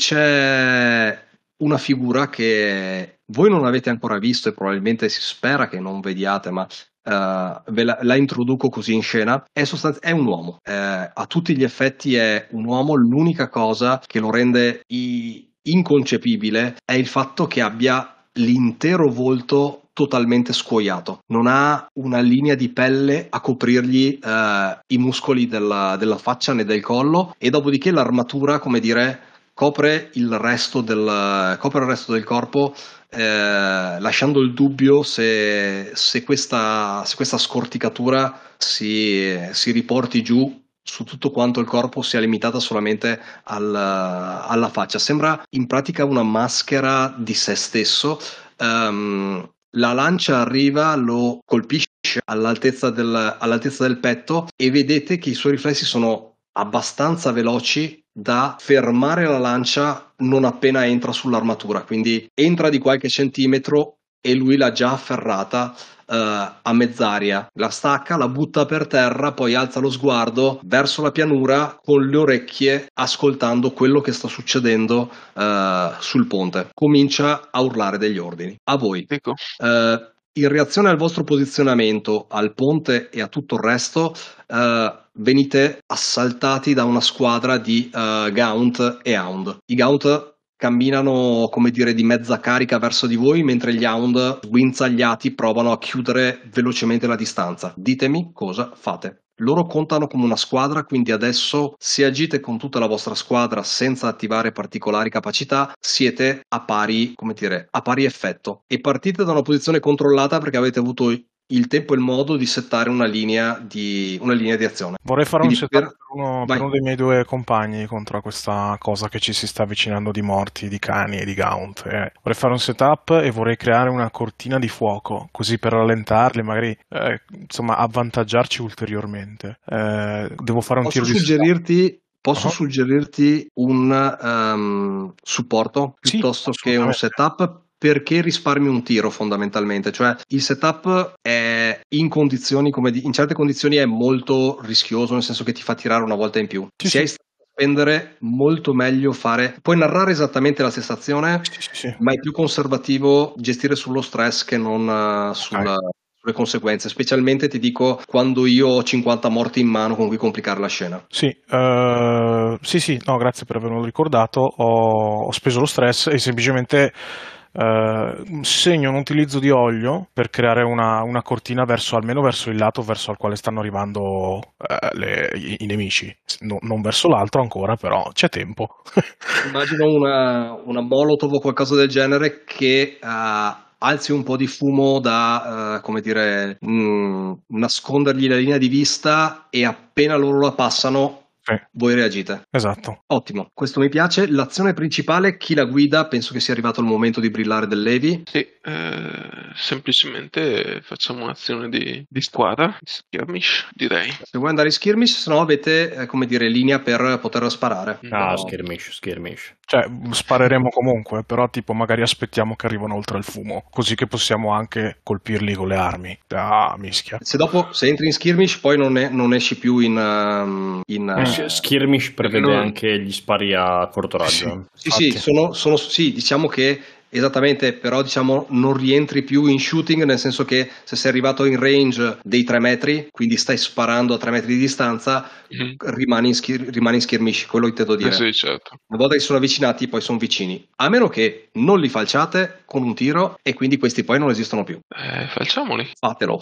c'è una figura che voi non avete ancora visto e probabilmente si spera che non vediate, ma uh, ve la, la introduco così in scena. È, sostanzi- è un uomo, uh, a tutti gli effetti è un uomo. L'unica cosa che lo rende i- inconcepibile è il fatto che abbia l'intero volto totalmente scuoiato, non ha una linea di pelle a coprirgli eh, i muscoli della, della faccia né del collo, e dopodiché l'armatura, come dire, copre il resto del, copre il resto del corpo, eh, lasciando il dubbio se, se, questa, se questa scorticatura si, si riporti giù su tutto quanto il corpo sia limitata solamente al, alla faccia. Sembra in pratica una maschera di se stesso. Um, la lancia arriva, lo colpisce all'altezza del, all'altezza del petto e vedete che i suoi riflessi sono abbastanza veloci da fermare la lancia non appena entra sull'armatura, quindi entra di qualche centimetro e lui l'ha già afferrata uh, a mezz'aria, la stacca, la butta per terra, poi alza lo sguardo verso la pianura con le orecchie ascoltando quello che sta succedendo uh, sul ponte. Comincia a urlare degli ordini. A voi.
Ecco.
Uh, in reazione al vostro posizionamento al ponte e a tutto il resto, uh, venite assaltati da una squadra di uh, Gaunt e Hound. I Gaunt camminano, come dire, di mezza carica verso di voi, mentre gli Hound, sguinzagliati, provano a chiudere velocemente la distanza. Ditemi cosa fate. Loro contano come una squadra, quindi adesso se agite con tutta la vostra squadra senza attivare particolari capacità, siete a pari, come dire, a pari effetto. E partite da una posizione controllata perché avete avuto il tempo e il modo di settare una linea di, una linea di azione.
Vorrei fare
Quindi
un setup
per,
per, uno, per uno dei miei due compagni contro questa cosa che ci si sta avvicinando di morti, di cani e di Gaunt. Eh, vorrei fare un setup e vorrei creare una cortina di fuoco, così per rallentarli, magari eh, insomma avvantaggiarci ulteriormente. Eh, devo fare un
Posso
tiro
suggerirti,
di
Posso uh-huh. suggerirti un um, supporto piuttosto
sì,
che un setup? Perché risparmi un tiro fondamentalmente, cioè il setup è in condizioni, come di, in certe condizioni è molto rischioso, nel senso che ti fa tirare una volta in più.
Sì,
Se
sì.
hai stato a spendere, molto meglio fare, puoi narrare esattamente la stessa azione,
sì, sì, sì.
ma è più conservativo gestire sullo stress che non uh, sulla, okay. sulle conseguenze, specialmente ti dico quando io ho cinquanta morti in mano con cui complicare la scena.
Sì, uh, sì, sì, no, grazie per avermelo ricordato, ho, ho speso lo stress e semplicemente Uh, segno un utilizzo di olio per creare una, una cortina verso, almeno verso il lato verso al quale stanno arrivando uh, le, i, i nemici, no, non verso l'altro ancora, però c'è tempo.
Immagino una, una molotov o qualcosa del genere che uh, alzi un po' di fumo da, uh, come dire, mh, nascondergli la linea di vista e appena loro la passano voi reagite.
Esatto.
Ottimo, questo mi piace. L'azione principale, chi la guida? Penso che sia arrivato il momento di brillare del Levi.
Sì, eh, semplicemente facciamo un'azione di, di squadra, di skirmish, direi.
Se vuoi andare in skirmish, se no avete, eh, come dire, linea per poter sparare.
Ah, no. skirmish, skirmish.
Cioè, spareremo comunque, però tipo magari aspettiamo che arrivano oltre il fumo, così che possiamo anche colpirli con le armi. Ah, mischia.
Se dopo, se entri in skirmish, poi non, è, non esci più in... Um, in
uh, skirmish prevede no. anche gli spari a corto raggio.
Sì, sì, sì, sono, sono, sì, diciamo che esattamente, però diciamo non rientri più in shooting, nel senso che se sei arrivato in range dei tre metri, quindi stai sparando a tre metri di distanza, mm-hmm. rimani, in skir- rimani in skirmish, quello intendo dire.
Sì, certo.
Una volta che sono avvicinati poi sono vicini, a meno che non li falciate con un tiro e quindi questi poi non esistono più.
Eh, falciamoli.
Fatelo.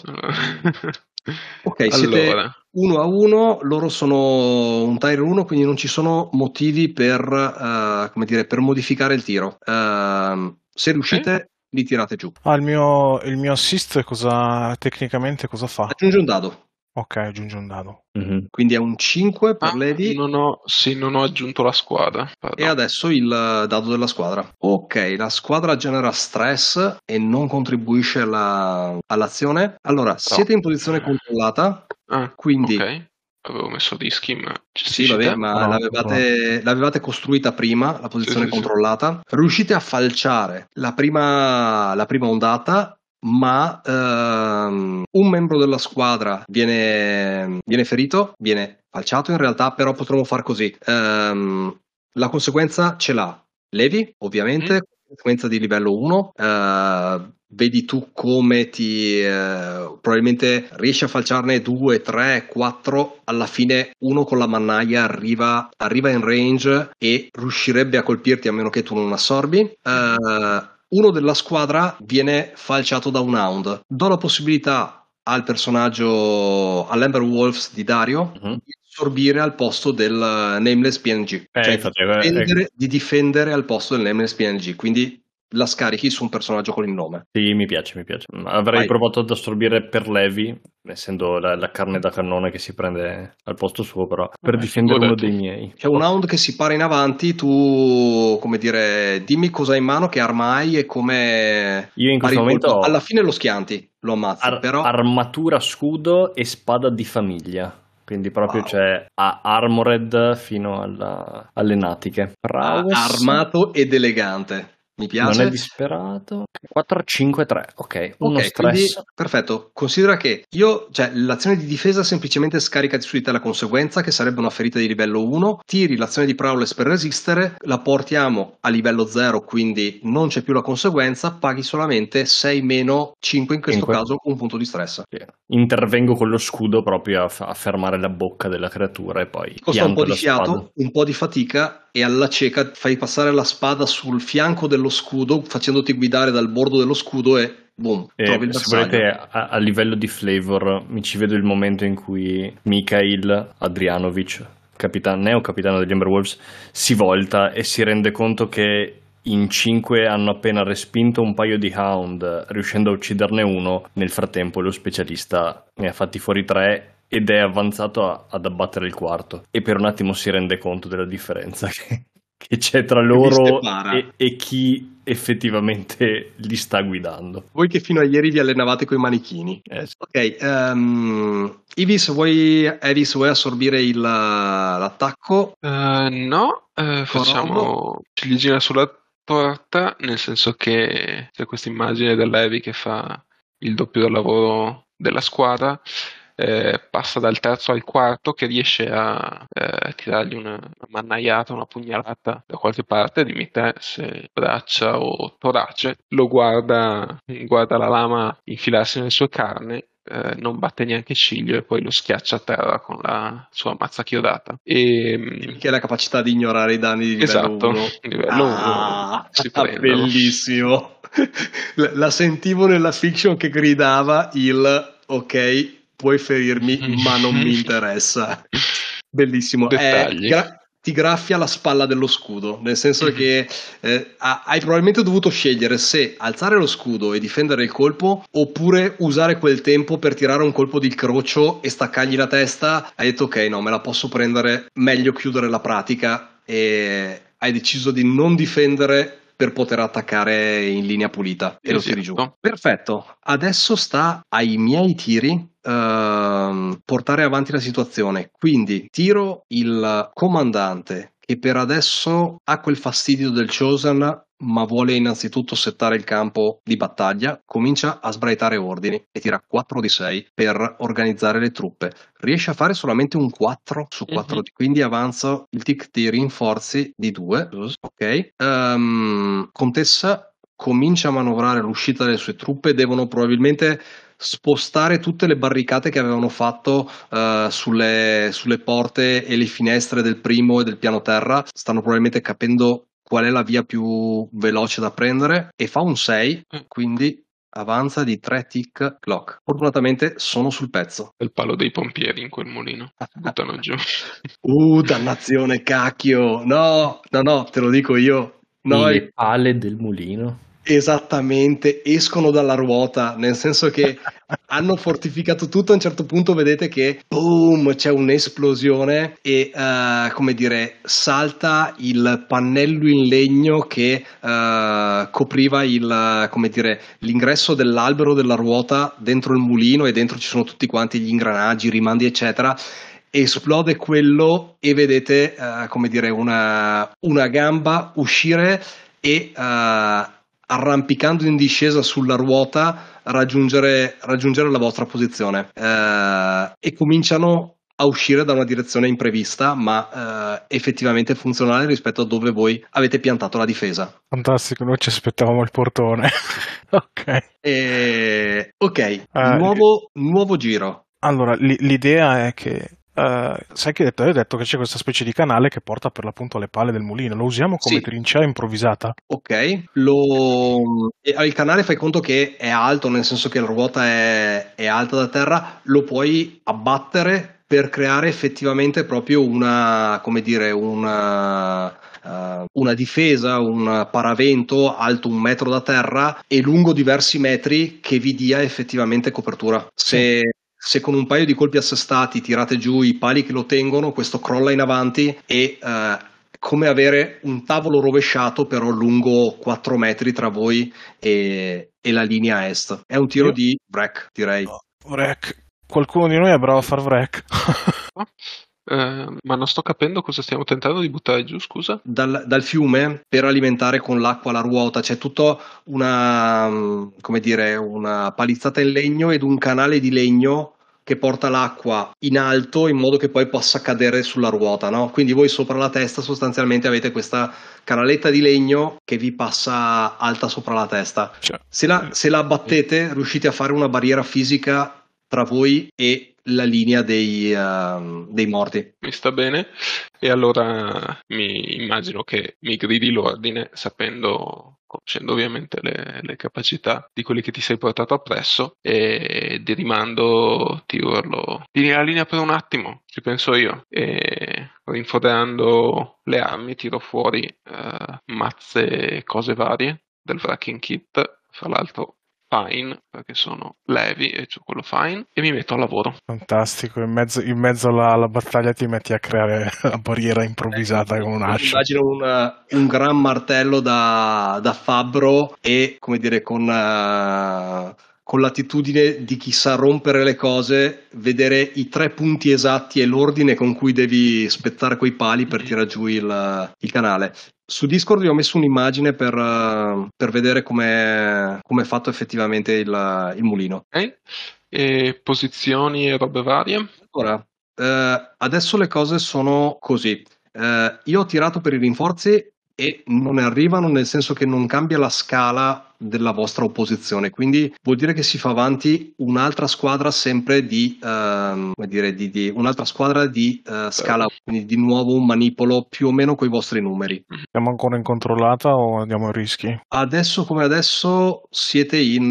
Ok, allora. Siete uno a uno, loro sono un tier uno, quindi non ci sono motivi per, uh, come dire, per modificare il tiro. Uh, se riuscite, okay. li tirate giù.
Ah, il mio, il mio assist cosa, tecnicamente cosa fa?
Aggiunge un dado.
Ok, aggiunge un dado.
Mm-hmm. Quindi è un cinque per
ah,
Levi.
Non ho, sì, non ho aggiunto la squadra. Pardon.
E adesso il dado della squadra. Ok, la squadra genera stress e non contribuisce alla, all'azione. Allora, no. Siete in posizione controllata.
Ah,
quindi...
ok. Avevo messo dischi, ma...
Sì, vabbè, ma no, l'avevate, no. l'avevate costruita prima, la posizione sì, controllata. Sì. Riuscite a falciare la prima, la prima ondata, ma ehm, un membro della squadra viene, viene ferito, viene falciato in realtà, però potremmo far così. Ehm, la conseguenza ce l'ha Levi, ovviamente, mm. conseguenza di livello uno. Uh, vedi tu come ti uh, probabilmente riesci a falciarne due, tre, quattro. Alla fine uno con la mannaia arriva, arriva in range e riuscirebbe a colpirti a meno che tu non assorbi. Uh, uno della squadra viene falciato da un Hound. Do la possibilità al personaggio, all'Ember Wolves di Dario, uh-huh. di assorbire al posto del Nameless P N G, eh, cioè infatti, di, difendere, eh, di difendere al posto del Nameless P N G, quindi la scarichi su un personaggio con il nome.
Sì, mi piace, mi piace. Avrei
Vai.
provato ad assorbire per Levi, essendo la, la carne da cannone che si prende al posto suo, però per
Eh,
difendere uno
figurati.
dei miei.
C'è un hound che si para in avanti, tu, come dire, dimmi cosa hai in mano, che arma hai e come
Io in
pari
questo
il
momento
colpo.
ho
Alla fine lo schianti, lo ammazzi,
ar-
però
armatura, scudo e spada di famiglia. Quindi proprio
wow.
c'è a armored fino alla- alle natiche.
Ah,
Prowess
armato ed elegante. Mi
non
piace.
è disperato. quattro cinque tre, ok. Uno
Ok, quindi
stress.
perfetto. Considera che io, cioè, l'azione di difesa semplicemente scarica su di te la conseguenza, che sarebbe una ferita di livello uno. Tiri l'azione di Prowess per resistere, la portiamo a livello zero, quindi non c'è più la conseguenza. Paghi solamente sei meno cinque, in questo
cinque.
caso un punto di stress.
Sì. Intervengo con lo scudo proprio a, f- a fermare la bocca della creatura e poi
Costa un po'
pianto
di
la spada.
fiato, un po' di fatica e alla cieca fai passare la spada sul fianco dello scudo, facendoti guidare dal bordo dello scudo e boom,
E
trovi il
se
bersaglio.
volete, a, a livello di flavor, mi ci vedo il momento in cui Mikhail Adrianovic, capitano, neo capitano degli Emberwolves, si volta e si rende conto che in cinque hanno appena respinto un paio di hound, riuscendo a ucciderne uno. Nel frattempo lo specialista ne ha fatti fuori tre ed è avanzato a- ad abbattere il quarto. E per un attimo si rende conto della differenza che, che c'è tra
vi
loro
separa.
e, e chi effettivamente li sta guidando.
Voi che fino a ieri vi allenavate coi manichini.
Eh, sì.
Ok, ehm, Ivis, vuoi, Evis, vuoi assorbire il, l'attacco?
Eh, no, eh,
Corrobo?
facciamo ciliegina sulla torta, nel senso che c'è questa immagine dell'Evi che fa il doppio del lavoro della squadra, eh, passa dal terzo al quarto che riesce a eh, tirargli una, una mannaiata, una pugnalata da qualche parte, dimmi te se braccia o torace, lo guarda, guarda la lama infilarsi nelle sue carne. Eh, non batte neanche ciglio e poi lo schiaccia a terra con la sua mazza chiodata. E,
Che è la capacità di ignorare i danni di livello
esatto,
uno.
livello
Ah,
uno si prendono.
bellissimo. La, la sentivo nella fiction che gridava il ok, puoi ferirmi, ma non mi interessa. Bellissimo.
Dettagli.
Eh, gra- ti graffia la spalla dello scudo, nel senso che eh, ha- hai probabilmente dovuto scegliere se alzare lo scudo e difendere il colpo oppure usare quel tempo per tirare un colpo di crocio e staccargli la testa. Hai detto ok, no, me la posso prendere, meglio chiudere la pratica, e hai deciso di non difendere per poter attaccare in linea pulita e lo tiri giù.
Esatto.
Perfetto, adesso sta ai miei tiri ehm, portare avanti la situazione, quindi tiro il comandante che per adesso ha quel fastidio del Chosen ma vuole innanzitutto settare il campo di battaglia, comincia a sbraitare ordini e tira quattro di sei per organizzare le truppe. Riesce a fare solamente un quattro su quattro,
Mhm.
quindi avanzo il tic di rinforzi di due. Ok. Ehm, Contessa comincia a manovrare l'uscita delle sue truppe, devono probabilmente spostare tutte le barricate che avevano fatto eh, sulle, sulle porte e le finestre del primo e del piano terra. Stanno probabilmente capendo qual è la via più veloce da prendere e fa un sei, quindi avanza di tre tick clock. Fortunatamente sono sul pezzo.
Il palo dei pompieri in quel mulino. Buttano giù.
Uh, dannazione, cacchio! No, no, no, te lo dico io. Noi
Le pale del mulino.
esattamente escono dalla ruota, nel senso che hanno fortificato tutto. A un certo punto vedete che boom, c'è un'esplosione e uh, come dire salta il pannello in legno che uh, copriva il, come dire, l'ingresso dell'albero della ruota dentro il mulino, e dentro ci sono tutti quanti gli ingranaggi, i rimandi eccetera. Esplode quello e vedete uh, come dire una, una gamba uscire e uh, arrampicando in discesa sulla ruota raggiungere, raggiungere la vostra posizione, eh, e cominciano a uscire da una direzione imprevista ma eh, effettivamente funzionale rispetto a dove voi avete piantato la difesa.
Fantastico, noi ci aspettavamo il portone. Ok.
E, ok,
Uh,
nuovo, nuovo giro.
Allora, l- l'idea è che Uh, sai che hai detto? Hai detto che c'è questa specie di canale che porta per l'appunto alle pale del mulino. Lo usiamo come
Sì.
trincea improvvisata?
Ok, lo... e il canale fai conto che è alto, nel senso che la ruota è, è alta da terra, lo puoi abbattere per creare effettivamente proprio una, come dire, una, uh, una difesa, un paravento alto un metro da terra e lungo diversi metri che vi dia effettivamente copertura. Se, sì. se con un paio di colpi assestati tirate giù i pali che lo tengono, questo crolla in avanti e eh, come avere un tavolo rovesciato però lungo quattro metri tra voi e, e la linea est. È un tiro Io? di wreck, direi.
Oh, wreck. Qualcuno di noi è bravo a far wreck.
Uh, ma non sto capendo cosa stiamo tentando di buttare giù, scusa?
Dal, dal fiume per alimentare con l'acqua la ruota c'è tutta una, come dire, una palizzata in legno ed un canale di legno che porta l'acqua in alto in modo che poi possa cadere sulla ruota, no? Quindi voi sopra la testa sostanzialmente avete questa canaletta di legno che vi passa alta sopra la testa. Cioè, se, la, se la abbattete riuscite a fare una barriera fisica tra voi e la linea dei, uh, dei morti.
Mi sta bene, e allora mi immagino che mi gridi l'ordine sapendo, conoscendo ovviamente le, le capacità di quelli che ti sei portato appresso, e di rimando ti urlo: tieni la linea per un attimo, ci penso io, e rinfoderando le armi tiro fuori uh, mazze e cose varie del wrecking kit, fra l'altro fine, perché sono levi e c'ho quello fine, e mi metto al lavoro.
Fantastico, in mezzo, in mezzo alla, alla battaglia ti metti a creare la barriera improvvisata eh, con un ascio.
Immagino un, un gran martello da, da fabbro e, come dire, con, uh, con l'attitudine di chi sa rompere le cose, vedere i tre punti esatti e l'ordine con cui devi spettare quei pali per tirare giù il, il canale. Su Discord vi ho messo un'immagine per, uh, per vedere come è fatto effettivamente il, il mulino.
Ok, e posizioni e robe varie?
Ora, eh, adesso le cose sono così. Eh, io ho tirato per i rinforzi e non ne arrivano, nel senso che non cambia la scala della vostra opposizione, quindi vuol dire che si fa avanti un'altra squadra sempre di, uh, come dire, di, di un'altra squadra di uh, scala, quindi di nuovo un manipolo più o meno con i vostri numeri.
Siamo ancora in controllata o andiamo a rischi?
Adesso come adesso siete in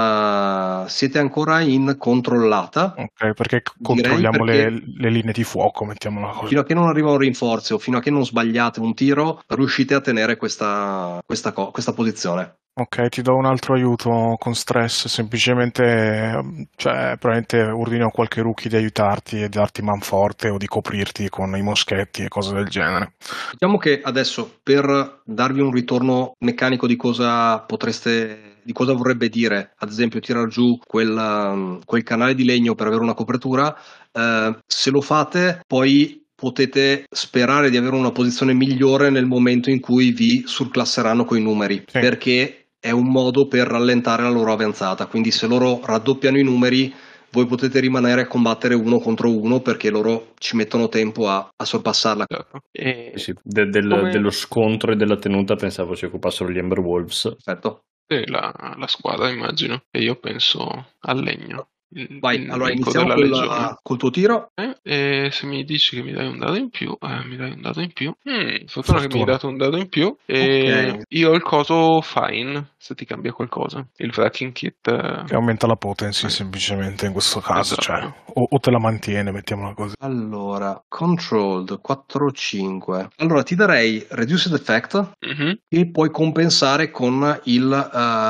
uh, siete ancora in controllata.
Ok, perché controlliamo perché le, le linee di fuoco, mettiamola così.
Fino a che non arrivano rinforzi o fino a che non sbagliate un tiro, riuscite a tenere questa, questa, questa posizione.
Ok, ti do un altro aiuto con stress, semplicemente, cioè, probabilmente ordino a qualche rookie di aiutarti e di darti manforte o di coprirti con i moschetti e cose del genere.
Diciamo che adesso, per darvi un ritorno meccanico di cosa potreste, di cosa vorrebbe dire, ad esempio, tirar giù quel, quel canale di legno per avere una copertura, eh, se lo fate, poi potete sperare di avere una posizione migliore nel momento in cui vi surclasseranno coi numeri, sì. Perché è un modo per rallentare la loro avanzata, quindi se loro raddoppiano i numeri voi potete rimanere a combattere uno contro uno perché loro ci mettono tempo a, a sorpassarla.
E... Sì, de- del, come... dello scontro e della tenuta pensavo si occupassero gli Ember Wolves.
Perfetto.
E la, la squadra immagino, e io penso al legno. Il,
Vai,
il
allora iniziamo col, col tuo tiro.
Eh, e se mi dici che mi dai un dado in più, eh, mi dai un dado in più. Mm, fortuna, fortuna che mi hai dato un dado in più. E okay. Io ho il coso fine, se ti cambia qualcosa. Il wrecking kit. Eh...
Che aumenta la potency, eh. semplicemente in questo caso. Esatto. Cioè, o, o te la mantiene, mettiamola così.
Allora, controlled quattro cinque. Allora ti darei reduced effect mm-hmm. e puoi compensare con il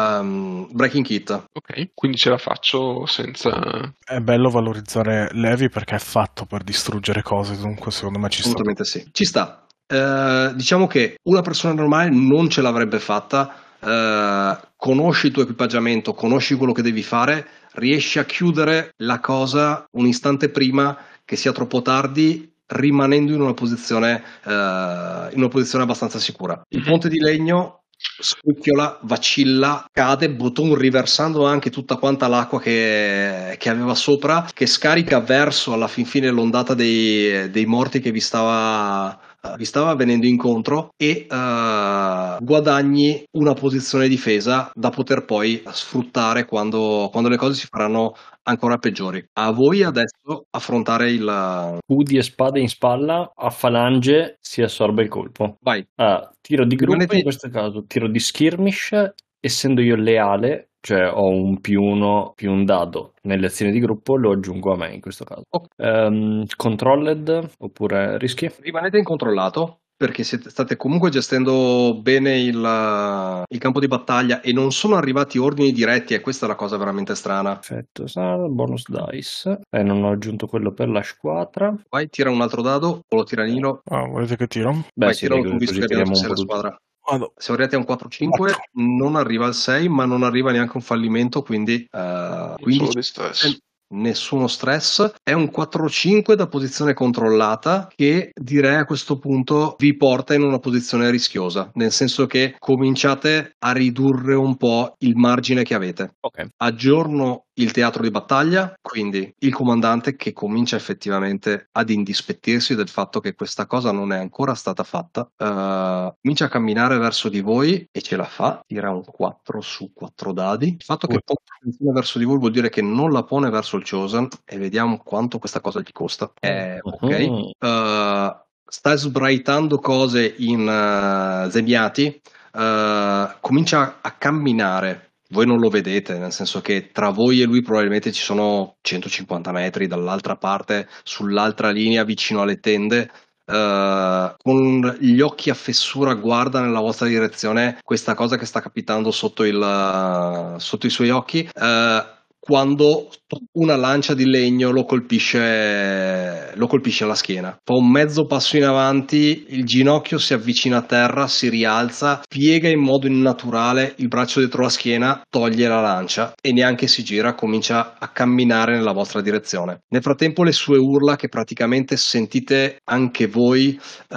um, breaking kit.
Ok, quindi ce la faccio senza.
È bello valorizzare Levi perché è fatto per distruggere cose, dunque secondo me ci sta.
Assolutamente sì. Ci sta. Eh, diciamo che una persona normale non ce l'avrebbe fatta. Eh, conosci il tuo equipaggiamento, conosci quello che devi fare, riesci a chiudere la cosa un istante prima che sia troppo tardi, rimanendo in una posizione, eh, in una posizione abbastanza sicura. Il ponte di legno scricchiola, vacilla, cade, Botton riversando anche tutta quanta l'acqua che, che aveva sopra, che scarica verso alla fin fine l'ondata dei, dei morti che vi stava, uh, vi stava venendo incontro, e uh, guadagni una posizione difesa da poter poi sfruttare quando, quando le cose si faranno ancora peggiori. A voi adesso affrontare il
scudi e spade in spalla, a falange si assorbe il colpo.
Vai.
Ah, tiro di gruppo Rimanete... in questo caso, tiro di skirmish, essendo io leale, cioè ho un più uno più un dado nelle azioni di gruppo, lo aggiungo a me in questo caso. Okay. Um, controlled oppure rischi?
Rimanete incontrollato perché siete, state comunque gestendo bene il, il campo di battaglia e non sono arrivati ordini diretti, e questa è la cosa veramente strana.
Perfetto, bonus dice. E eh, non ho aggiunto quello per la squadra.
Vai, tira un altro dado, o lo tira Nilo.
Ah, volete che tiro?
Beh,
Vai,
sì,
tiralo
così,
tu, visto
così
che abbiamo
tiriamo un
sei
po'
la
tutti.
squadra.
Vado.
Siamo arrivati a un quattro cinque, non arriva al sei, ma non arriva neanche un fallimento, quindi uh, quindici,
solo di stress.
Nessuno stress. È un quattro cinque da posizione controllata, che direi a questo punto vi porta in una posizione rischiosa, nel senso che cominciate a ridurre un po' il margine che avete.
Ok.
Aggiorno il teatro di battaglia, quindi il comandante che comincia effettivamente ad indispettirsi del fatto che questa cosa non è ancora stata fatta, uh, comincia a camminare verso di voi e ce la fa, tira un quattro su quattro dadi. Il fatto che pone attenzione verso di voi vuol dire che non la pone verso il Chosen, e vediamo quanto questa cosa gli costa. Eh, ok. Uh, sta sbraitando cose in uh, Zemiati, uh, comincia a camminare. Voi non lo vedete, nel senso che tra voi e lui probabilmente ci sono centocinquanta metri dall'altra parte, sull'altra linea vicino alle tende. Uh, con gli occhi a fessura guarda nella vostra direzione questa cosa che sta capitando sotto, il, uh, sotto i suoi occhi, uh, quando una lancia di legno lo colpisce, lo colpisce alla schiena. Fa un mezzo passo in avanti, il ginocchio si avvicina a terra, si rialza, piega in modo innaturale il braccio dietro la schiena, toglie la lancia e neanche si gira, comincia a camminare nella vostra direzione. Nel frattempo le sue urla, che praticamente sentite anche voi,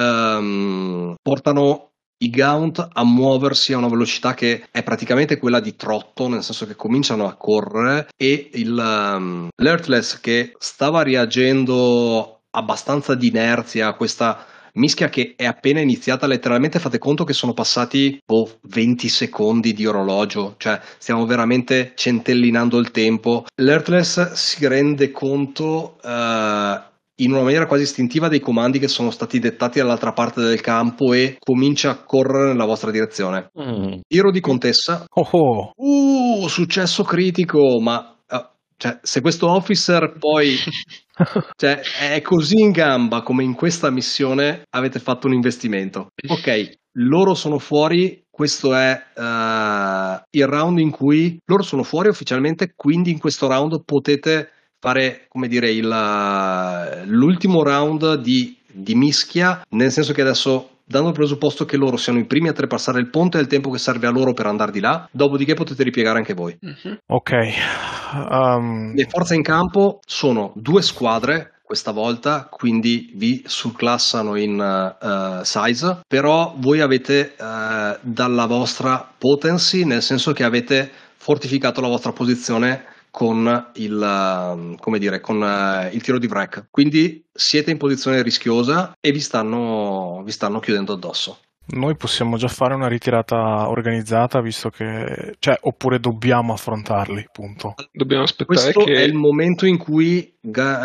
um, portano i Gaunt a muoversi a una velocità che è praticamente quella di trotto, nel senso che cominciano a correre, e il um, l'Earthless, che stava reagendo abbastanza di inerzia a questa mischia che è appena iniziata, letteralmente fate conto che sono passati oh, venti secondi di orologio, cioè stiamo veramente centellinando il tempo. L'Earthless si rende conto uh, in una maniera quasi istintiva dei comandi che sono stati dettati dall'altra parte del campo e comincia a correre nella vostra direzione. Mm. Tiro di contessa.
Oh oh.
Uh, successo critico, ma uh, cioè, se questo officer poi cioè, è così in gamba come in questa missione, avete fatto un investimento. Ok, loro sono fuori. Questo è uh, il round in cui loro sono fuori ufficialmente, quindi in questo round potete fare, come dire, il, l'ultimo round di, di mischia, nel senso che adesso, dando il presupposto che loro siano i primi a trepassare il ponte, è il tempo che serve a loro per andare di là, dopodiché potete ripiegare anche voi.
Mm-hmm. Ok. Um...
Le forze in campo sono due squadre questa volta, quindi vi surclassano in uh, size, però voi avete uh, dalla vostra potency, nel senso che avete fortificato la vostra posizione con il, come dire, con il tiro di wreck, quindi siete in posizione rischiosa e vi stanno, vi stanno chiudendo addosso.
Noi possiamo già fare una ritirata organizzata, visto che, cioè, oppure dobbiamo affrontarli, punto.
Dobbiamo aspettare.
Questo
che...
è il momento in cui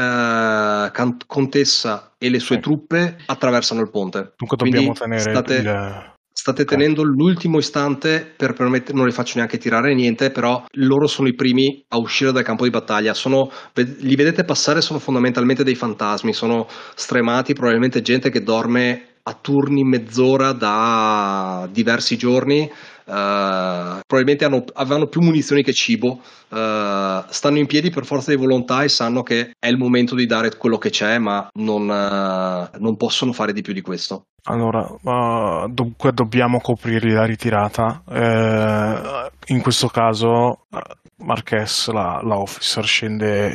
uh, Contessa e le sue sì. truppe attraversano il ponte.
Dunque dobbiamo
quindi
tenere
state...
il...
State okay. tenendo l'ultimo istante per permettere, non le faccio neanche tirare niente, però loro sono i primi a uscire dal campo di battaglia. Sono, li vedete passare, sono fondamentalmente dei fantasmi, sono stremati, probabilmente gente che dorme a turni mezz'ora da diversi giorni. Uh, probabilmente hanno, avevano più munizioni che cibo, uh, stanno in piedi per forza di volontà e sanno che è il momento di dare quello che c'è, ma non, uh, non possono fare di più di questo.
Allora, uh, dunque dobbiamo coprirgli la ritirata. Eh, in questo caso Marques, la, la officer, scende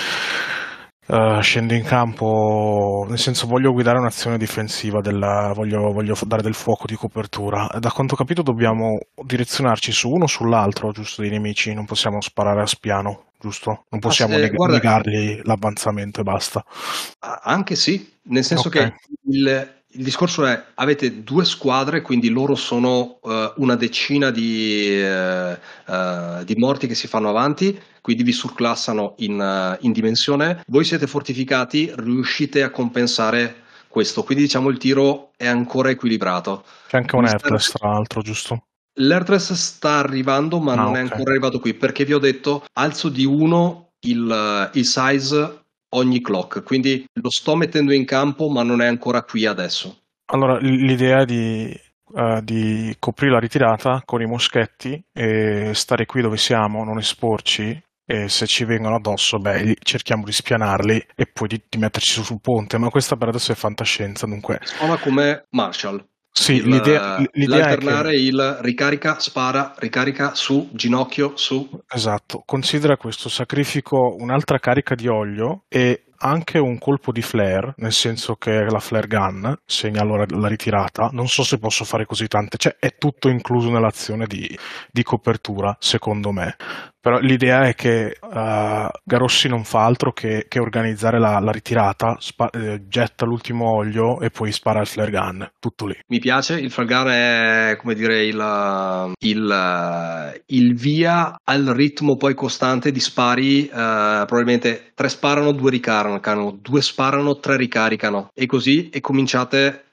Uh, scende in campo, nel senso, voglio guidare un'azione difensiva, della, voglio, voglio dare del fuoco di copertura. Da quanto ho capito dobbiamo direzionarci su uno o sull'altro, giusto, dei nemici, non possiamo sparare a spiano, giusto? Non possiamo ah, neg- guarda, negargli l'avanzamento e basta.
Anche sì, nel senso okay. che il... Il discorso è, avete due squadre, quindi loro sono uh, una decina di, uh, uh, di morti che si fanno avanti, quindi vi surclassano in, uh, in dimensione. Voi siete fortificati, riuscite a compensare questo, quindi diciamo il tiro è ancora equilibrato.
C'è anche un Airtless tra l'altro, giusto?
L'Airtless sta arrivando, ma
ah,
non
okay.
è ancora arrivato qui, perché vi ho detto alzo di uno il, il size ogni clock, quindi lo sto mettendo in campo ma non è ancora qui adesso.
Allora, l- l'idea è di, eh, di coprire la ritirata con i moschetti e stare qui dove siamo, non esporci. E se ci vengono addosso, beh, li- cerchiamo di spianarli e poi di, di metterci su sul ponte. Ma questa per adesso è fantascienza, dunque.
Suona come Marshall.
Sì,
Il,
l'idea, l'idea è che.
l'alternare il ricarica, spara, ricarica, su, ginocchio, su.
Esatto, considera questo, sacrifico un'altra carica di olio e anche un colpo di flare, nel senso che la flare gun, segnalo la, la ritirata, non so se posso fare così tante, cioè è tutto incluso nell'azione di, di copertura, secondo me. Però l'idea è che uh, Garossi non fa altro che, che organizzare la, la ritirata, spa- eh, getta l'ultimo olio e poi spara il flare gun, tutto lì.
Mi piace, il flare gun è, come dire, il, il, il via al ritmo poi costante di spari, eh, probabilmente tre sparano, due ricaricano, due sparano, tre ricaricano, e così, e cominciate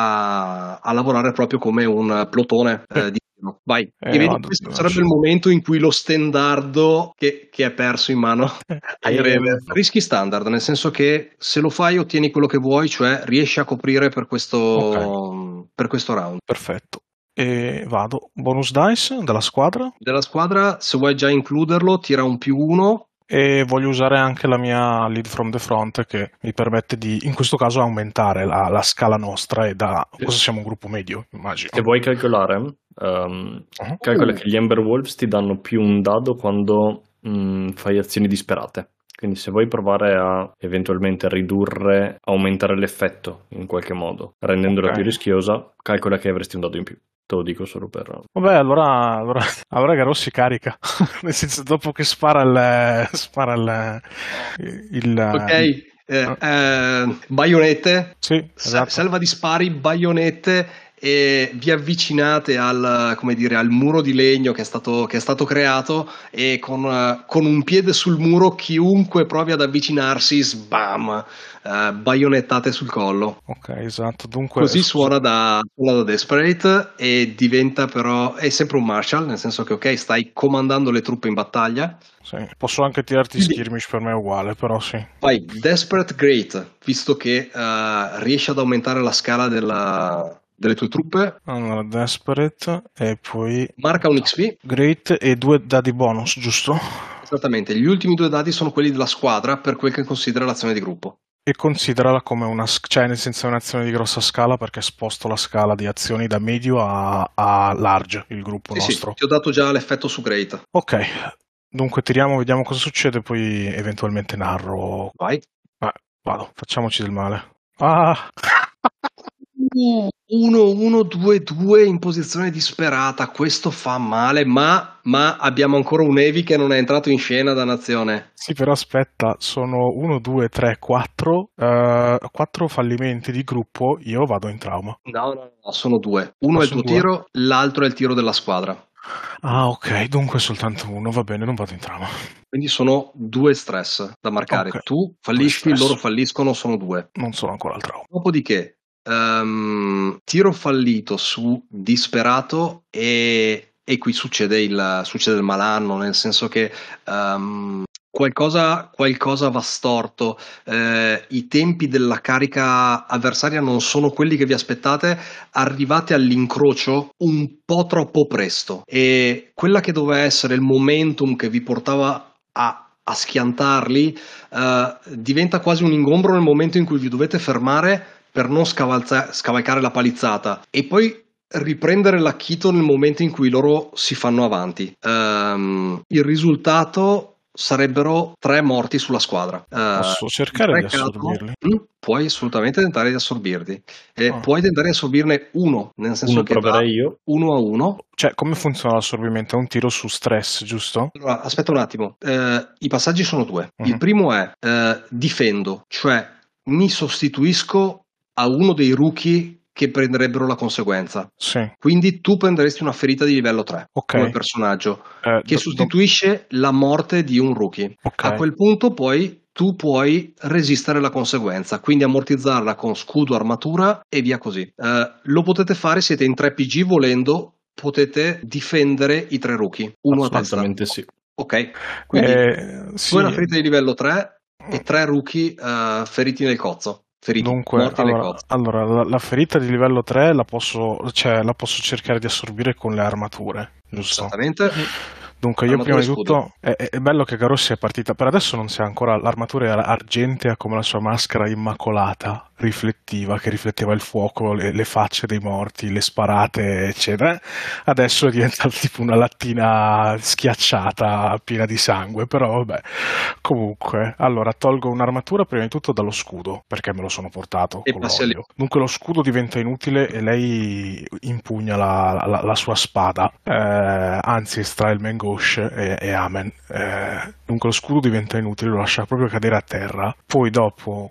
a, a lavorare proprio come un plotone eh, di vai,
Eh,
e vedi,
vado,
questo
vado.
sarebbe il momento in cui lo stendardo che, che è perso in mano ai
Ehm,
Reaver rischi standard, nel senso che se lo fai ottieni quello che vuoi, cioè riesci a coprire per questo,
Ok.
per questo round.
Perfetto. E vado. Bonus dice della squadra.
Della squadra, se vuoi già includerlo, tira un più uno.
E voglio usare anche la mia lead from the front che mi permette di, in questo caso, aumentare la, la scala nostra e da... Cosa siamo un gruppo medio, immagino.
Se vuoi calcolare, um,
Uh-huh.
calcola che gli Ember Wolves ti danno più un dado quando mm, fai azioni disperate. Quindi se vuoi provare a eventualmente ridurre, aumentare l'effetto in qualche modo, rendendola
Ok.
più rischiosa, calcola che avresti un dado in più. Te lo dico solo per...
Vabbè, allora, allora, allora Garossi carica. Nel senso, dopo che spara il... spara il... il
Ok,
il-
eh, eh, baionette,
Sì,
se-
esatto.
selva di spari, baionette, e vi avvicinate al, come dire, al muro di legno che è stato, che è stato creato, e con, eh, con un piede sul muro chiunque provi ad avvicinarsi, sbam, eh, baionettate sul collo.
Ok, esatto. Dunque,
Così
scusa-
suona da, suona da Desperate, e diventa però, è sempre un Marshall, nel senso che ok, stai comandando le truppe in battaglia.
sì. Posso anche tirarti
Quindi-
skirmish, per me è uguale, però sì.
Vai, Desperate Great, visto che uh, riesci ad aumentare la scala della, delle tue truppe,
Allora, Desperate e poi
marca un X P.
Great e due dadi bonus, giusto?
Esattamente, gli ultimi due dati sono quelli della squadra per quel che considera l'azione di gruppo.
E considerala come una, sc- cioè nel senso è un'azione di grossa scala perché sposto la scala di azioni da medio a, a large, il gruppo
Sì,
nostro.
sì, ti ho dato già l'effetto su Great.
Ok, dunque tiriamo, vediamo cosa succede, poi eventualmente narro.
Vai.
Ah, vado, facciamoci del male. Ah!
uno uno due due in posizione disperata, questo fa male, ma, ma abbiamo ancora un Evi che non è entrato in scena, dannazione.
Sì, però aspetta, sono uno, due, tre, quattro, quattro fallimenti di gruppo, io vado in trauma.
No, no, no, sono due. Uno
Ah,
è il
sono
tuo
due?
tiro, l'altro è il tiro della squadra.
Ah, ok, dunque soltanto uno, va bene, non vado in trauma.
Quindi sono due stress da marcare.
Ok.
Tu fallisci,
Due stress.
loro falliscono, sono due.
Non sono ancora al trauma.
Dopodiché, ehm, tiro fallito su disperato, e, e qui succede il, succede il malanno, nel senso che ehm, qualcosa, qualcosa va storto. Eh, i tempi della carica avversaria non sono quelli che vi aspettate, arrivate all'incrocio un po' troppo presto, e quella che doveva essere il momentum che vi portava a, a schiantarli eh, diventa quasi un ingombro nel momento in cui vi dovete fermare per non scavalza- scavalcare la palizzata, e poi riprendere l'acchito nel momento in cui loro si fanno avanti. Ehm, il risultato sarebbero tre morti sulla squadra. Eh,
Posso cercare
in
di
tre caso,
assorbirli?
mm, puoi assolutamente tentare di assorbirli. E
Ah.
puoi tentare di assorbirne uno, nel senso
Uno
che va
proverei io.
uno a uno.
Cioè, come funziona l'assorbimento? È un tiro su stress, giusto?
Allora, aspetta un attimo. Eh, i passaggi sono due.
Mhm.
Il primo è eh, difendo, cioè mi sostituisco a uno dei rookie che prenderebbero la conseguenza.
Sì.
Quindi tu prenderesti una ferita di livello tre
Ok.
come personaggio,
Eh,
che
do-
sostituisce la morte di un rookie.
do- ok.
A quel punto poi tu puoi resistere la conseguenza, quindi ammortizzarla con scudo, armatura e via così. Eh, lo potete fare, siete in tre P G, volendo potete difendere i tre rookie, uno a testa.
Assolutamente sì.
Ok, quindi
Eh, sì.
tu hai una ferita di livello tre e tre rookie eh, feriti nel cozzo. Feriti,
Dunque,
morti nei
allora,
cozzi.
allora la, la ferita di livello tre la posso, cioè, la posso cercare di assorbire con le armature, giusto?
Esattamente.
Dunque, io
Armatura
prima
e
di
scudo.
tutto, è, è bello che Garossi è partita, per adesso non c'è ancora, l'armatura era argentea come la sua maschera immacolata, riflettiva, che rifletteva il fuoco, le, le facce dei morti, le sparate, eccetera. Adesso è diventata tipo una lattina schiacciata, piena di sangue, però vabbè. Comunque, allora, tolgo un'armatura prima di tutto dallo scudo, perché me lo sono portato
E
con
passi a lì.
l'olio. Dunque lo scudo diventa inutile e lei impugna la, la- la sua spada, eh, anzi estrae il Menghosh e, e amen. Eh, dunque lo scudo diventa inutile, lo lascia proprio cadere a terra. Poi dopo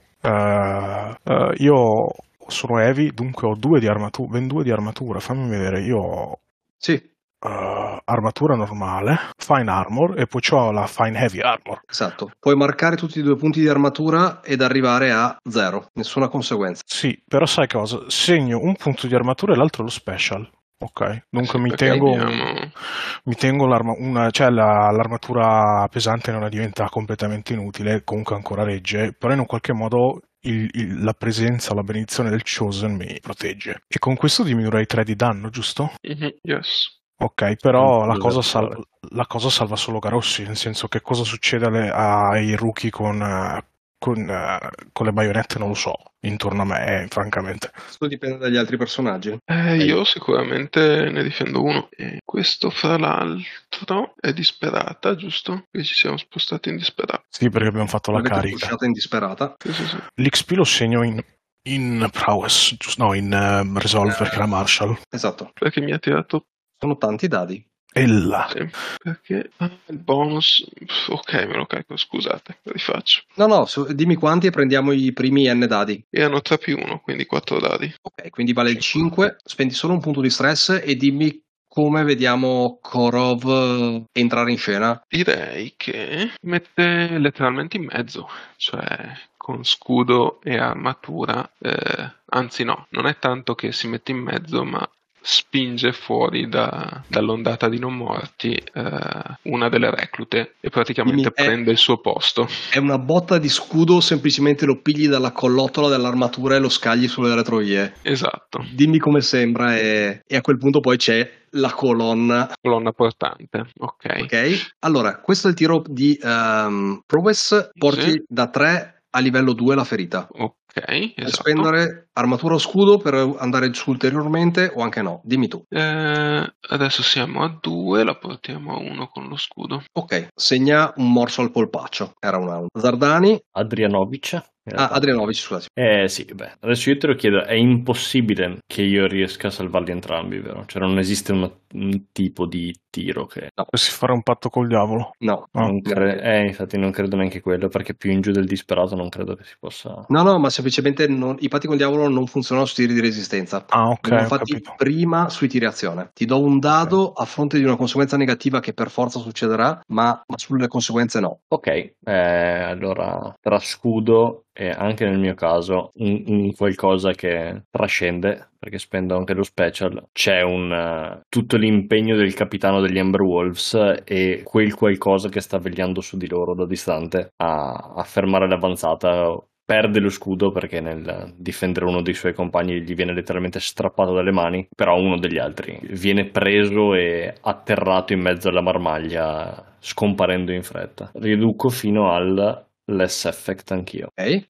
eh, eh, io sono heavy, dunque ho due di armatura, ben due di armatura, fammi vedere, io ho
Sì,
eh, armatura normale, fine armor e poi ho la fine heavy armor.
esatto. Puoi marcare tutti i due punti di armatura ed arrivare a zero, nessuna conseguenza.
Sì, però sai cosa? Segno un punto di armatura e l'altro lo special. Ok, dunque
Sì,
mi
perché
tengo,
abbiamo-
mi tengo l'arma- una, cioè la- l'armatura pesante non diventa completamente inutile, comunque ancora regge, però in un qualche modo il- il- la presenza, la benedizione del Chosen mi protegge. E con questo diminuirei tre di danno, giusto?
Mhm, yes.
Ok, però
Un
la
punto
cosa,
virtuale.
salva, la cosa salva solo Garossi, nel senso che cosa succede alle- ai rookie con, eh, con, eh, con le baionette non lo so, intorno a me, eh, francamente.
Questo dipende dagli altri personaggi.
Eh, io sicuramente ne difendo uno. E questo, fra l'altro, è disperata, giusto? Che ci siamo spostati in disperata.
Sì, perché abbiamo fatto la
Avete
carica.
pushata in disperata.
Sì, sì, sì.
L'X P lo segno in, in prowess, giusto? No, in ehm, resolve perché era Marshall.
Esatto.
Perché mi ha tirato.
Sono tanti dadi.
E là.
Sì, perché ah, il bonus. Ok, me lo carico, scusate, lo rifaccio.
No, no, su- dimmi quanti e prendiamo i primi N dadi.
Erano tre più uno, quindi quattro dadi.
Ok, quindi vale il cinque, spendi solo un punto di stress e dimmi come vediamo Korov eh, entrare in scena.
Direi che mette letteralmente in mezzo, cioè con scudo e armatura, eh, anzi no, non è tanto che si mette in mezzo, ma spinge fuori da- dall'ondata di non morti eh, una delle reclute e praticamente
Dimmi, è-
prende il suo posto.
È una botta di scudo, semplicemente lo pigli dalla collottola dell'armatura e lo scagli sulle retrovie.
Esatto,
Dimmi come sembra e, e a quel punto poi c'è la colonna.
colonna portante, ok.
Ok? Allora, questo è il tiro di ehm, Prowess, porti
Sì.
da tre a livello due la ferita.
Ok,
Puoi
esatto.
spendere armatura o scudo per andare su ulteriormente o anche no. Dimmi tu.
Eh, adesso siamo a due, la portiamo a uno con lo scudo.
Ok, segna un morso al polpaccio. Era un round. Zardani.
Adrianovic. in
Ah,
realtà.
Adrianovic, scusate.
Eh sì, beh, adesso io te lo chiedo, è impossibile che io riesca a salvarli entrambi, vero? Cioè non esiste una- un tipo di tiro che...
Dovresti fare un patto col diavolo.
No.
Ah,
Non cre- eh, infatti non credo neanche quello, perché più in giù del disperato non credo che si possa...
No, no, ma semplicemente non- i patti con il diavolo non funzionano sui tiri di resistenza.
Ah, ok,
Vengono
ho
fatti
capito.
prima sui tiri azione. Ti do un dado a fronte di una conseguenza negativa che per forza succederà, ma, ma sulle conseguenze no.
Ok, eh, allora tra scudo e anche nel mio caso un, un qualcosa che trascende, perché spendo anche lo special, c'è un eh, tutto l'impegno del capitano degli Amber Wolves e quel qualcosa che sta vegliando su di loro da distante a, a fermare l'avanzata. Perde lo scudo perché nel difendere uno dei suoi compagni gli viene letteralmente strappato dalle mani, però uno degli altri viene preso e atterrato in mezzo alla marmaglia, scomparendo in fretta. Riduco fino al less effect anch'io.
Ok? Eh,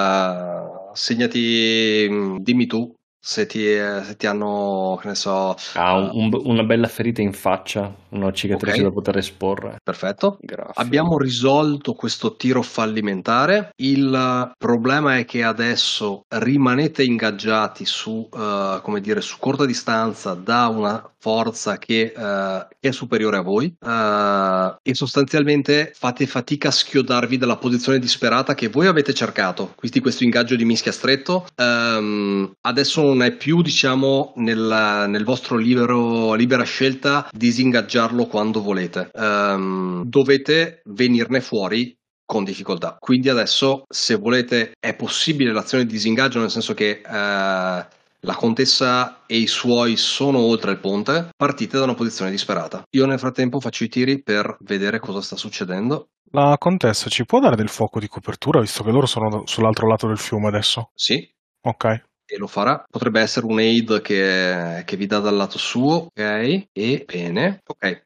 segnati, mh, dimmi tu se ti, eh, se ti hanno, che ne so.
Ha un-
eh,
un- una bella ferita in faccia, una cicatrice
Ok.
da poter esporre.
Perfetto.
Grazie.
Abbiamo risolto questo tiro fallimentare. Il problema è che adesso rimanete ingaggiati su, eh, come dire, su corta distanza da una forza che, eh, che è superiore a voi eh, e sostanzialmente fate fatica a schiodarvi dalla posizione disperata che voi avete cercato. Quindi questo ingaggio di mischia stretto ehm, adesso non è più, diciamo, nel, nel vostro libero, libera scelta disingaggiarlo quando volete. Ehm, dovete venirne fuori con difficoltà. Quindi adesso, se volete, è possibile l'azione di disingaggio, nel senso che eh, la contessa e i suoi sono oltre il ponte, partite da una posizione disperata. Io nel frattempo faccio i tiri per vedere cosa sta succedendo.
La contessa ci può dare del fuoco di copertura, visto che loro sono sull'altro lato del fiume adesso?
Sì.
Ok.
E lo farà. Potrebbe essere un aid che, che vi dà dal lato suo, ok? E bene, ok.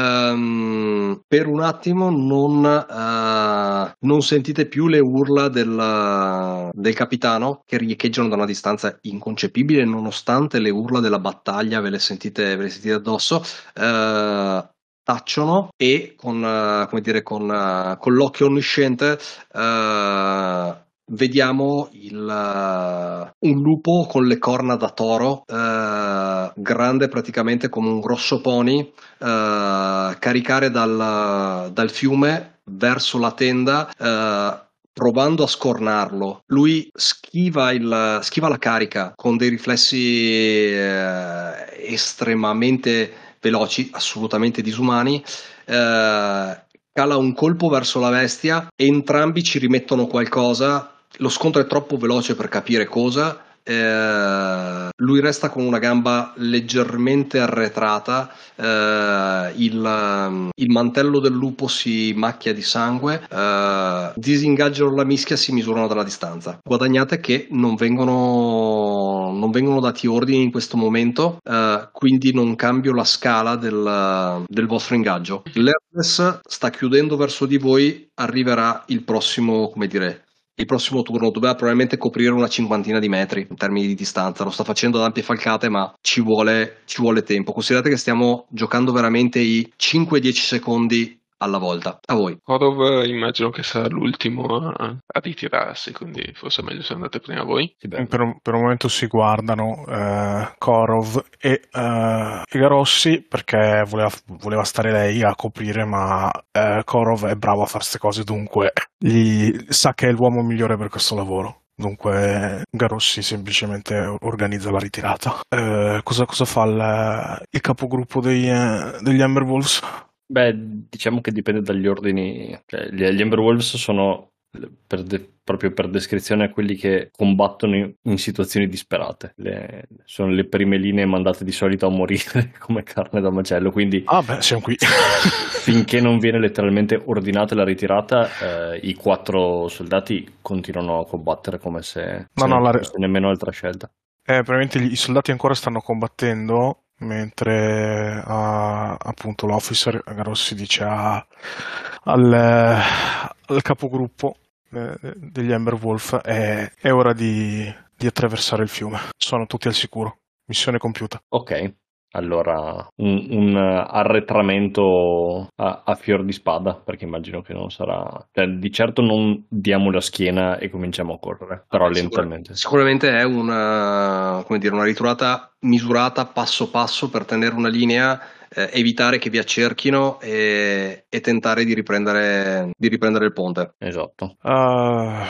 Um, per un attimo non, uh, non sentite più le urla del, del capitano che riecheggiano da una distanza inconcepibile, nonostante le urla della battaglia ve le sentite, ve le sentite addosso. Uh, tacciono e con, uh, come dire, con, uh, con l'occhio onnisciente uh, vediamo il, uh, un lupo con le corna da toro, uh, grande praticamente come un grosso pony, uh, caricare dal, dal fiume verso la tenda, uh, provando a scornarlo. Lui schiva, il, schiva la carica con dei riflessi uh, estremamente veloci, assolutamente disumani. Uh, cala un colpo verso la bestia, entrambi ci rimettono qualcosa. Lo scontro è troppo veloce per capire cosa. Eh, lui resta con una gamba leggermente arretrata, eh, il, il mantello del lupo si macchia di sangue, eh, disingaggiano la mischia, si misurano dalla distanza. Guadagnate che non vengono, non vengono dati ordini in questo momento, eh, quindi non cambio la scala del, del vostro ingaggio. L'Hermes sta chiudendo verso di voi, arriverà il prossimo, come dire, il prossimo turno. Doveva probabilmente coprire una cinquantina di metri in termini di distanza, lo sta facendo ad ampie falcate, ma ci vuole, ci vuole tempo. Considerate che stiamo giocando veramente i cinque dieci secondi alla volta. A voi.
Korov immagino che sarà l'ultimo a, a ritirarsi, quindi forse è meglio se andate prima voi.
Sì,
per, un, per un momento si guardano eh, Korov e, eh, e Garossi, perché voleva, voleva stare lei a coprire, ma eh, Korov è bravo a fare queste cose, dunque gli, sa che è l'uomo migliore per questo lavoro. Dunque Garossi semplicemente organizza la ritirata. Eh, cosa, cosa fa il, il capogruppo dei, eh, degli Amber Wolves?
Beh, diciamo che dipende dagli ordini. Cioè, gli, gli Amber Wolves sono, per de- proprio per descrizione, quelli che combattono in, in situazioni disperate. Le, sono le prime linee mandate di solito a morire come carne da macello, quindi
ah beh, siamo qui.
finché non viene letteralmente ordinata la ritirata, eh, i quattro soldati continuano a combattere come se,
no,
se
no,
non
la...
fosse nemmeno altra scelta.
Eh, probabilmente gli, i soldati ancora stanno combattendo, mentre uh, appunto l'officer Garossi dice a, al, al capogruppo eh, degli Amber Wolf è, è ora di, di attraversare il fiume. Sono tutti al sicuro. Missione compiuta.
Ok. Allora, un, un arretramento a, a fior di spada, perché immagino che non sarà... Cioè, di certo non diamo la schiena e cominciamo a correre, però
Vabbè,
lentamente.
Sicuramente è una, come dire, una ritirata misurata passo passo per tenere una linea, eh, evitare che vi accerchino e, e tentare di riprendere, di riprendere il ponte.
Esatto.
Uh...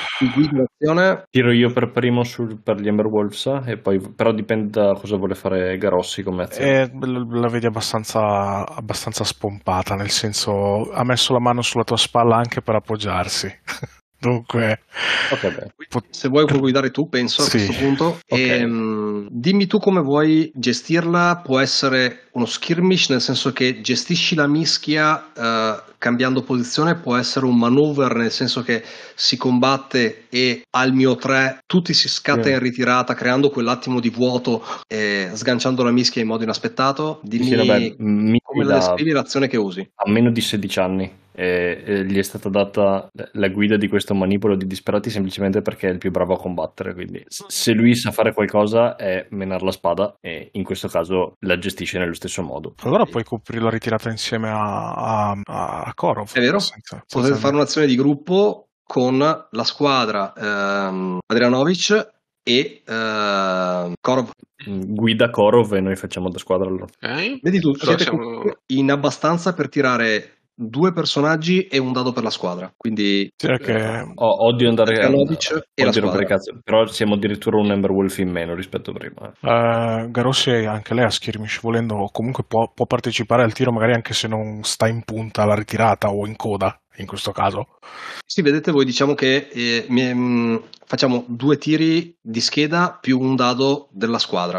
Tiro io per primo sul, per gli Amber Wolves, e poi però dipende da cosa vuole fare Garossi come azione.
Eh, la vedi abbastanza, abbastanza spompata, nel senso ha messo la mano sulla tua spalla anche per appoggiarsi. Dunque,
okay, beh.
Se vuoi puoi guidare tu, penso, a
sì.
questo punto.
Okay.
E, um, dimmi tu come vuoi gestirla. Può essere uno skirmish, nel senso che gestisci la mischia uh, cambiando posizione, può essere un maneuver, nel senso che si combatte e al mio tre tutti si scatta
sì.
in ritirata, creando quell'attimo di vuoto e sganciando la mischia in modo inaspettato. Dimmi
sì, vabbè, mi
come la descrivi l'azione che usi.
A meno di sedici anni. E, e gli è stata data la guida di questo manipolo di disperati semplicemente perché è il più bravo a combattere, quindi se lui sa fare qualcosa è menare la spada, e in questo caso la gestisce nello stesso modo.
Allora puoi coprire la ritirata insieme a, a, a Korov.
È vero?
Senza,
Potete
senza
fare un'azione di gruppo con la squadra ehm, Adrianovic e ehm, Korov.
Guida Korov e noi facciamo da squadra allora.
Okay.
Vedi tu,
Allora
siete
siamo...
in abbastanza per tirare due personaggi e un dado per la squadra, quindi
che...
oh, odio andare a
e la squadra.
Cazzo, però siamo addirittura un Amber Wolf in meno rispetto a prima.
Uh, Garossi anche lei a skirmish, volendo comunque può, può partecipare al tiro, magari anche se non sta in punta alla ritirata o in coda in questo caso.
Sì, vedete voi, diciamo che eh, mi, mh, facciamo due tiri di scheda più un dado della squadra.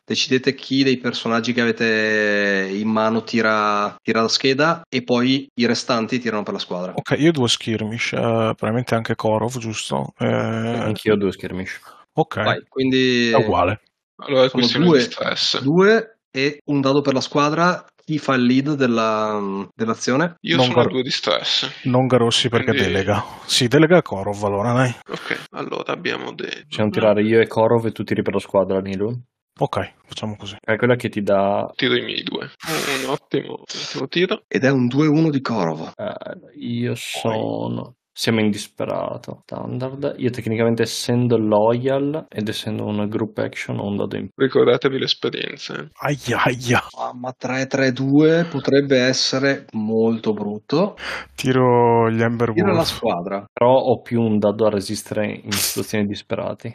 decidete chi dei personaggi che avete in mano tira, tira la scheda e poi i restanti tirano per la squadra.
Ok, io due skirmish, eh, probabilmente anche Korov, giusto? Eh,
Anch'io ho due skirmish.
Ok,
Vai, quindi
è uguale.
Allora è
sono
questione
due,
di stress.
due e un dado per la squadra. Chi fa il lead della, dell'azione?
Io
Non
sono a
gar-
due di stress.
Non Garossi perché
Quindi-
delega. Sì, delega Korov allora, dai.
Ok, allora abbiamo dei...
Possiamo tirare io e Korov e tu tiri per la squadra, Nilu.
Ok, facciamo così.
Calcola che ti dà...
Tiro i miei due. Un ottimo, un ottimo tiro.
Ed è un due uno di Korov.
eh, io sono... Siamo in disperato. Standard. Io tecnicamente essendo loyal ed essendo una group action ho un dado in più.
Ricordatevi le esperienze.
Aia, aia.
Ah, ma tre tre due potrebbe essere molto brutto.
Tiro gli Ember
Tira la
Wolf.
squadra.
Però ho più un dado a resistere in situazioni disperati.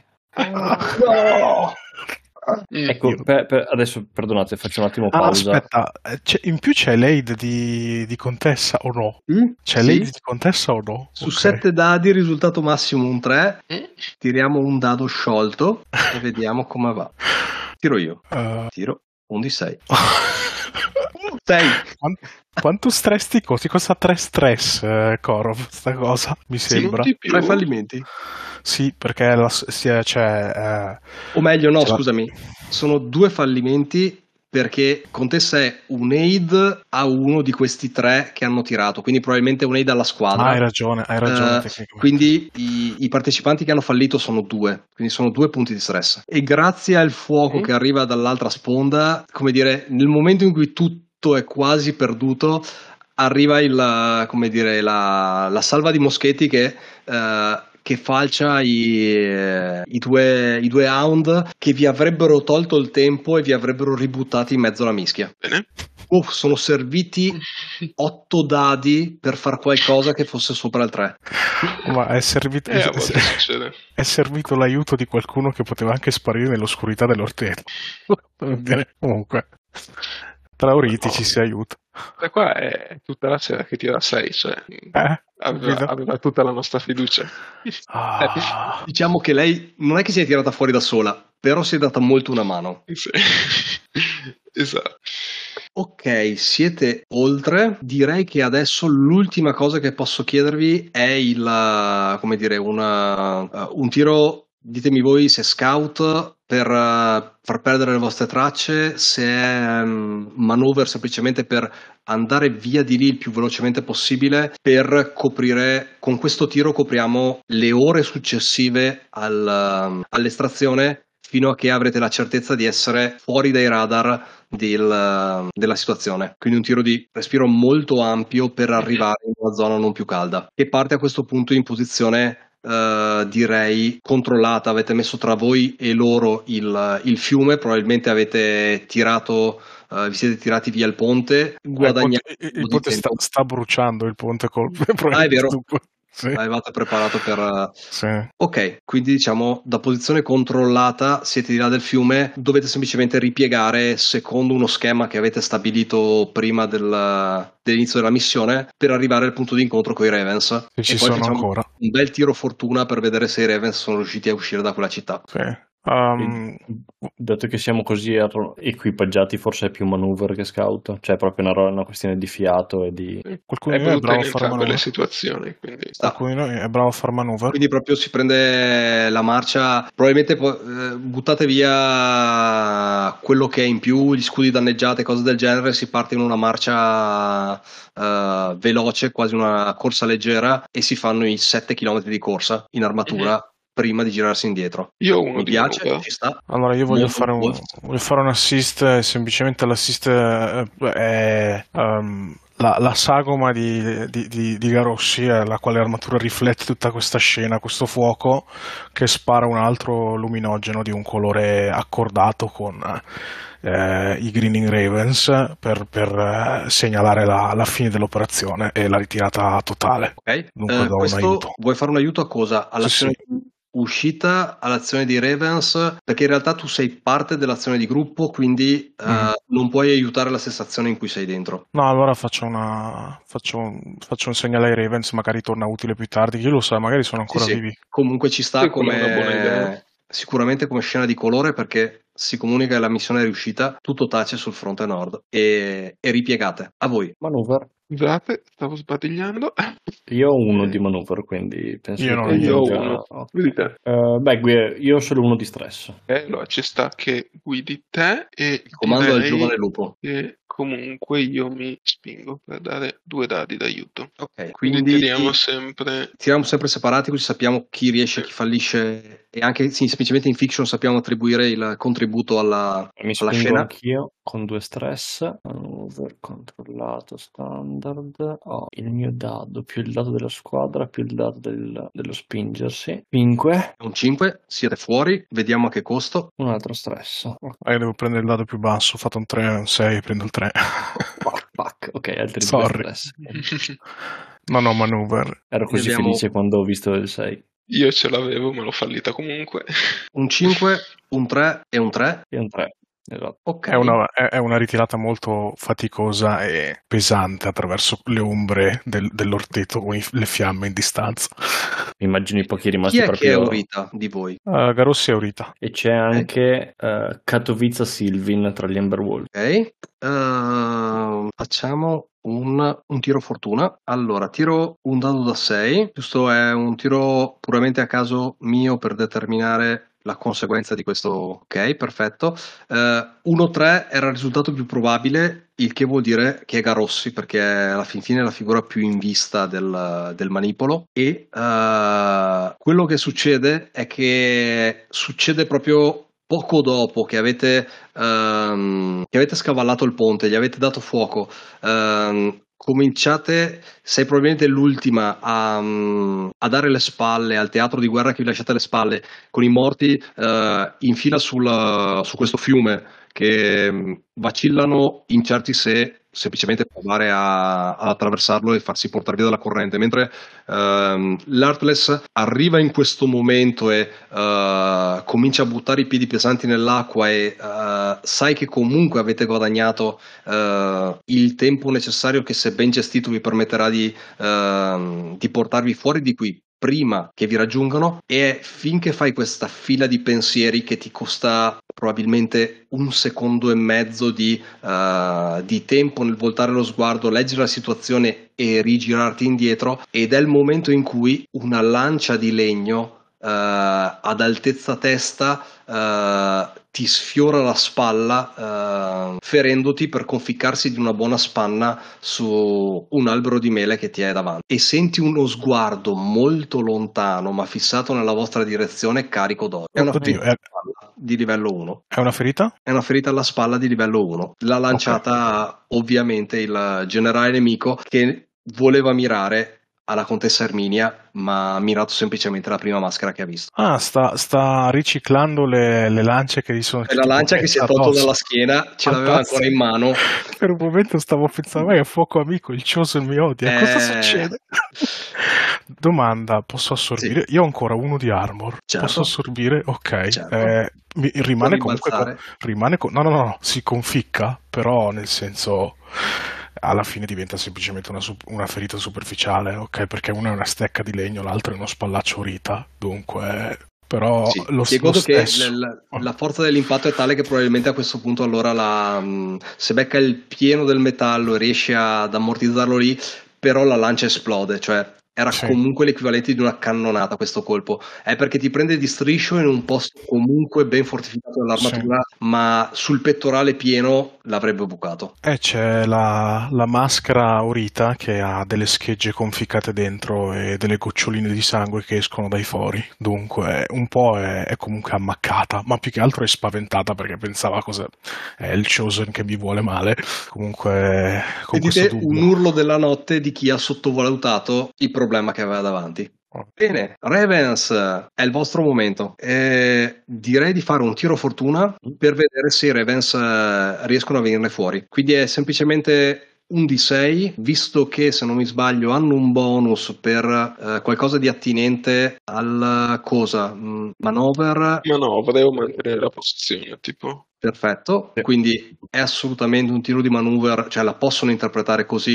No!
Mm.
Ecco,
Io-
per- per- adesso perdonate, faccio un attimo
Ah,
pausa.
aspetta, eh, c'è- in più c'è l'aid di, di Contessa o no?
Mm?
C'è
Sì.
l'aid di Contessa o no?
Su
Ok.
sette dadi, risultato massimo un tre.
Mm.
Tiriamo un dado sciolto e vediamo come va. Tiro io.
Eh,
Tiro un di sei. sei.
Quan- Quanto stress ti costa? Ti costa tre stress, eh, Korov, sta cosa, mi
Sì,
sembra.
di più.
Tre fallimenti.
Sì, perché la, si è- c'è... eh,
O meglio, no,
Ce l'ha-
scusami. Sono due fallimenti perché Contessa è un aid a uno di questi tre che hanno tirato. Quindi probabilmente un aid alla squadra.
ah, hai ragione, hai ragione
Eh,
tecnicamente.
quindi i, i partecipanti che hanno fallito sono due, quindi sono due punti di stress. E grazie al fuoco
Mm.
che arriva dall'altra sponda, come dire, nel momento in cui tutto è quasi perduto, arriva il, come dire, la, la salva di moschetti che, eh, che falcia i, eh, i, due, i due hound che vi avrebbero tolto il tempo e vi avrebbero ributtati in mezzo alla mischia.
Bene.
Oh, sono serviti otto dadi per far qualcosa che fosse sopra il tre.
Ma è servito,
Eh, a volte succede.
è servito l'aiuto di qualcuno che poteva anche sparire nell'oscurità dell'orteto. Per dire, Comunque, tra Oriti ci si aiuta.
Da qua è tutta la sera che tira sei, cioè
Eh,
aveva,
capito?
aveva tutta la nostra fiducia.
Ah,
Diciamo che lei non è che si è tirata fuori da sola, però si è data molto una mano.
Sì. Esatto.
Ok, siete oltre. Direi che adesso l'ultima cosa che posso chiedervi è il, come dire, una, uh, un tiro, ditemi voi se è scout per uh, far perdere le vostre tracce, se è um, maneuver semplicemente per andare via di lì il più velocemente possibile per coprire, con questo tiro copriamo le ore successive al, um, all'estrazione fino a che avrete la certezza di essere fuori dai radar del, della situazione. Quindi un tiro di respiro molto ampio per arrivare in una zona non più calda. E parte a questo punto in posizione Uh, direi controllata. Avete messo tra voi e loro il, il fiume, probabilmente avete tirato, uh, vi siete tirati via il ponte, guadagnate
il ponte, il ponte sta, sta bruciando il ponte col
ah è vero,
sì.
Avevate preparato per uh...
sì.
Ok, quindi diciamo da posizione controllata siete di là del fiume, dovete semplicemente ripiegare secondo uno schema che avete stabilito prima del, dell'inizio della missione per arrivare al punto di incontro con i Ravens.
Che ci
e poi
sono
facciamo
ancora
un bel tiro fortuna per vedere se i Ravens sono riusciti a uscire da quella città.
sì. Um,
dato che siamo così equipaggiati, forse è più maneuver che scout, cioè proprio una, una questione di fiato e di
qualcuno
è
di noi è bravo a
in
fare
entrambe le
maneuver.
situazioni, quindi
Qualcuno di noi è bravo a fare maneuver.
Quindi proprio si prende la marcia, probabilmente eh, buttate via quello che è in più, gli scudi danneggiati, cose del genere, si parte in una marcia eh, veloce, quasi una corsa leggera, e si fanno i sette chilometri di corsa in armatura. Mm-hmm. Prima di girarsi indietro.
Io ho uno
mi
di
piace,
maneuver.
ci sta.
Allora io voglio
Molto
fare, un, voglio fare un assist, semplicemente l'assist è um, la, la sagoma di, di, di, di Garossi, la quale armatura riflette tutta questa scena, questo fuoco che spara un altro luminogeno di un colore accordato con eh, i Grinning Ravens per, per eh, segnalare la, la fine dell'operazione e la ritirata totale.
Ok,
Dunque
eh,
do
questo
un aiuto.
Vuoi fare un aiuto a cosa? All'azione
Sì, sì.
Uscita, all'azione di Ravens, perché in realtà tu sei parte dell'azione di gruppo, quindi mm. uh, non puoi aiutare la stessa azione in cui sei dentro.
No, allora faccio una faccio un, faccio un segnale ai Ravens, magari torna utile più tardi, chi lo sa, magari sono ancora
sì,
vivi.
Sì. Comunque ci sta
sì,
come
una buona idea.
sicuramente come scena di colore, perché si comunica che la missione è riuscita, tutto tace sul fronte nord e, e ripiegate. A voi.
Maneuver.
Scusate, stavo sbadigliando.
Io ho uno di maneuver, quindi penso
Io
che
non
tu
ho
Io ho
già-
uno.
ok.
Vedi te.
Eh, beh, Gue- io ho solo uno di stress.
Eh, allora ci sta che guidi te e
Il comando al
direi
giovane lupo.
che comunque io mi spingo per dare due dadi d'aiuto.
Ok,
Quindi
quindi
tiriamo sempre.
tiriamo sempre separati, così sappiamo chi riesce, chi fallisce, e anche sì, semplicemente in fiction sappiamo attribuire il contributo alla,
Mi
alla
spingo
scena.
anch'io con due stress. Maneuver controllato standard. Ho il mio dado più il dado della squadra più il dado del- dello spingersi. cinque.
È un cinque, siete fuori, vediamo a che costo.
Un altro stress.
Ah, io devo prendere il dado più basso, ho fatto un tre, un sei, prendo il tre.
Fuck, fuck. Ok, altri
Sorry.
due stress.
No, no, maneuver.
Ero così
Abbiamo-
felice quando ho visto il sei.
Io ce l'avevo, ma l'ho fallita comunque.
Un cinque, un tre e un tre.
E un tre. Esatto.
Ok.
È una, è- è una ritirata molto faticosa e pesante attraverso le ombre del- dell'orteto con i- le fiamme in distanza.
Mi immagino i pochi
Chi
rimasti
è che è
proprio.
Aurita di voi?
Uh, Garossi e Aurita.
E c'è anche eh, Katowice Sylvin tra gli Emberwolf.
Ok. Ehm, facciamo un, un tiro fortuna. Allora, tiro un dado da sei. Giusto, è un tiro puramente a caso mio per determinare la conseguenza di questo. Ok, perfetto. Eh, uno tre era il risultato più probabile, il che vuol dire che è Garossi, perché è alla fin fine la figura più in vista del, del manipolo. E eh, quello che succede è che succede proprio poco dopo che avete, ehm, che avete scavallato il ponte, gli avete dato fuoco. ehm, Cominciate, sei probabilmente l'ultima a, a dare le spalle al teatro di guerra che vi lasciate alle spalle, con i morti eh, in fila sul- su questo fiume che mh, vacillano incerti se semplicemente provare a- ad attraversarlo e farsi portare via dalla corrente, mentre ehm, l'Heartless arriva in questo momento e eh, comincia a buttare i piedi pesanti nell'acqua e eh, sai che comunque avete guadagnato eh, il tempo necessario che, se ben gestito, vi permetterà di, ehm, di portarvi fuori di qui prima che vi raggiungano, e finché fai questa fila di pensieri che ti costa probabilmente un secondo e mezzo di, uh, di tempo nel voltare lo sguardo, leggere la situazione e rigirarti indietro, ed è il momento in cui una lancia di legno uh, ad altezza testa uh, ti sfiora la spalla, uh, ferendoti per conficcarsi di una buona spanna su un albero di mele che ti è davanti, e senti uno sguardo molto lontano ma fissato nella vostra direzione, carico d'odio. È una
Oddio,
ferita
è,
alla spalla di livello uno.
è una ferita?
È una ferita alla spalla di livello uno. L'ha lanciata ovviamente il generale nemico, che voleva mirare alla contessa Erminia, ma ha mirato semplicemente la prima maschera che ha visto.
Ah, sta, sta riciclando le, le lance che gli sono...
E la lancia che si è tolto dalla schiena ce l'aveva ancora in mano.
Per un momento stavo pensando, ma è fuoco amico, il Chosen mi odia,
Eh...
cosa succede? Domanda, posso assorbire?
Sì.
Io ho ancora uno di armor,
Certo.
posso assorbire? Ok,
Certo.
eh, mi- rimane
Puoi
comunque...
rimbalzare.
co- rimane co- no, no, no, no, si conficca, però nel senso... alla fine diventa semplicemente una, su- una ferita superficiale, ok? Perché una è una stecca di legno, l'altra è uno spallaccio Rita, dunque... Però
Sì,
lo,
ti
lo
conto che
stesso...
l- la, la forza dell'impatto è tale che probabilmente a questo punto allora la, mh, se becca il pieno del metallo e riesce ad ammortizzarlo lì, però la lancia esplode, cioè era
Sì.
comunque l'equivalente di una cannonata questo colpo. È perché ti prende di striscio in un posto comunque ben fortificato dall'armatura, ma sul pettorale pieno l'avrebbe bucato.
E c'è la, la maschera Aurita che ha delle schegge conficcate dentro e delle goccioline di sangue che escono dai fori, dunque un po' è, è comunque ammaccata, ma più che altro è spaventata perché pensava cosa è il Chosen che mi vuole male. Comunque con questo
Vedete
dubbio.
un urlo della notte di chi ha sottovalutato il problema che aveva davanti. Bene, Ravens, è il vostro momento. Eh, direi di fare un tiro fortuna per vedere se i Ravens eh, riescono a venirne fuori. Quindi è semplicemente un D sei, visto che, se non mi sbaglio, hanno un bonus per eh, qualcosa di attinente al cosa? Mm, Manover.
Manovre o mantenere la posizione, tipo.
Perfetto, quindi è assolutamente un tiro di maneuver, cioè la possono interpretare così,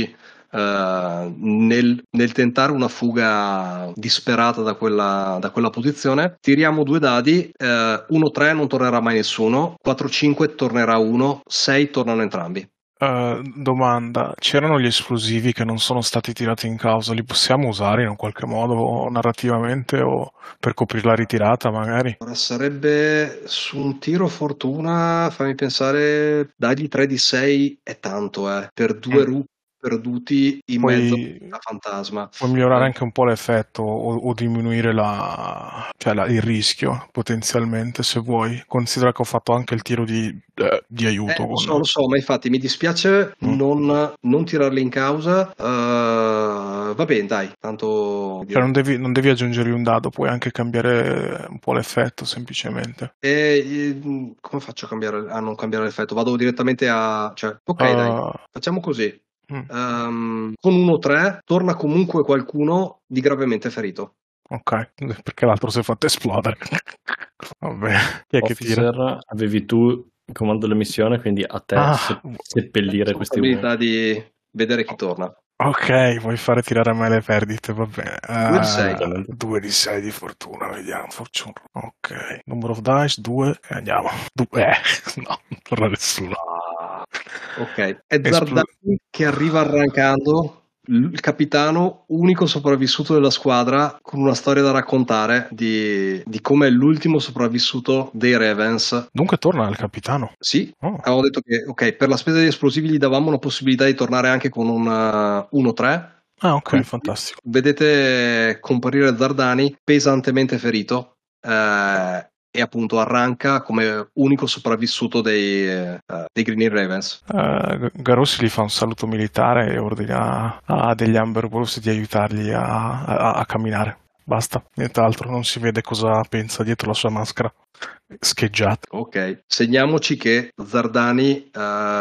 uh, nel, nel tentare una fuga disperata da quella, da quella posizione. Tiriamo due dadi, uh, uno tre non tornerà mai nessuno, quattro cinque tornerà uno, sei tornano entrambi.
Uh, domanda, c'erano gli esplosivi che non sono stati tirati in causa, li possiamo usare in un qualche modo narrativamente o per coprire la ritirata magari?
Ora sarebbe su un tiro fortuna, fammi pensare, dagli tre di sei è tanto, eh, per due
Mm.
rupi perduti in
Puoi-
mezzo a fantasma.
Puoi migliorare
Eh,
anche un po' l'effetto o, o diminuire la, cioè la- il rischio potenzialmente se vuoi. Considera che ho fatto anche il tiro di, eh, di aiuto
Eh, lo
con...
so, lo so, ma infatti mi dispiace
Mm.
non, non tirarli in causa. Eh, va bene, dai, tanto.
Cioè non devi, non devi aggiungere un dado, puoi anche cambiare un po' l'effetto semplicemente.
E, eh, come faccio a cambiare a non cambiare l'effetto? Vado direttamente a. Cioè, ok, dai,
Uh,
facciamo così.
mm,
Ehm, con uno tre torna comunque qualcuno di gravemente ferito.
ok, perché l'altro si è fatto esplodere. Vabbè, chi è che tira?
Officer, avevi tu il comando della missione, quindi a te
Ah,
se- seppellire questi uomini.
Possibilità di vedere chi torna.
ok, vuoi fare tirare a me le perdite, va bene.
Due di sei.
Uh, due di sei di fortuna, vediamo. Fortune. Ok, number of dice, due, e andiamo. Du- eh, no, non torna nessuno.
Ah, ok, è
Espl-
Zardani che arriva arrancando, l- il capitano, unico sopravvissuto della squadra, con una storia da raccontare di, di come è l'ultimo sopravvissuto dei Ravens.
Dunque torna il capitano.
Sì,
Oh,
avevo detto che ok, per la spesa degli esplosivi gli davamo una possibilità di tornare anche con un uno tre.
ah, ok,
Quindi
fantastico.
vedete comparire Zardani pesantemente ferito, eh, e appunto arranca come unico sopravvissuto dei, eh, dei Green Ravens.
Uh, Garossi gli fa un saluto militare e ordina a degli Amber Wolves di aiutargli a, a- a camminare. Basta, nient'altro, non si vede cosa pensa dietro la sua maschera scheggiata.
Ok, segniamoci che Zardani,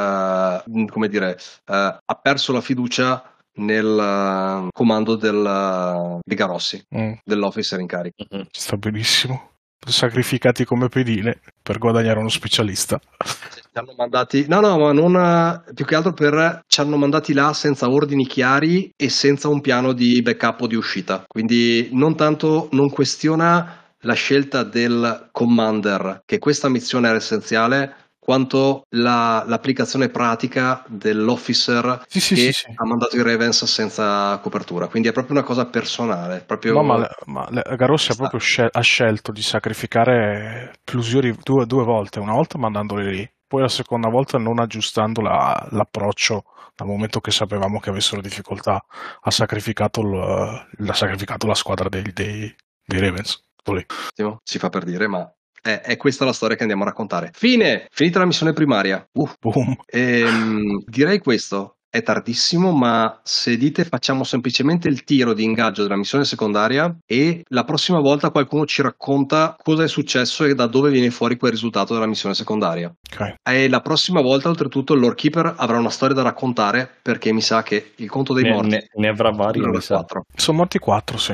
eh, come dire, eh, ha perso la fiducia nel eh, comando del, eh, di Garossi,
Mm,
dell'officer in carica.
Mhm.
ci sta benissimo. Sacrificati come pedine per guadagnare uno specialista.
Ci hanno mandati, no, no, ma non eh, più che altro per ci hanno mandati là senza ordini chiari e senza un piano di backup o di uscita. Quindi non tanto non questiona la scelta del commander che questa missione era essenziale, quanto la- l'applicazione pratica dell'officer
Sì, sì,
che
sì, sì.
ha mandato i Ravens senza copertura. Quindi è proprio una cosa personale, proprio
No, ma, le- ma le- Garossi ha
Sta.
proprio scel- ha scelto di sacrificare Plusiori due, due volte, una volta mandandoli lì, poi la seconda volta non aggiustando la- l'approccio dal momento che sapevamo che avessero difficoltà. Ha sacrificato, il- l'ha sacrificato la squadra dei, dei, dei Ravens. Tutto lì.
attimo, si fa per dire, ma è, è questa la storia che andiamo a raccontare. Fine! Finita la missione primaria. Uff.
Boom.
Ehm, direi questo. È tardissimo, ma se dite facciamo semplicemente il tiro di ingaggio della missione secondaria e la prossima volta qualcuno ci racconta cosa è successo e da dove viene fuori quel risultato della missione secondaria.
Ok.
E la prossima volta, oltretutto, il Lore Keeper avrà una storia da raccontare perché mi sa che il conto dei
Ne,
morti
ne- ne avrà vari,
era
mi
da
sa.
quattro.
Sono morti quattro, sì.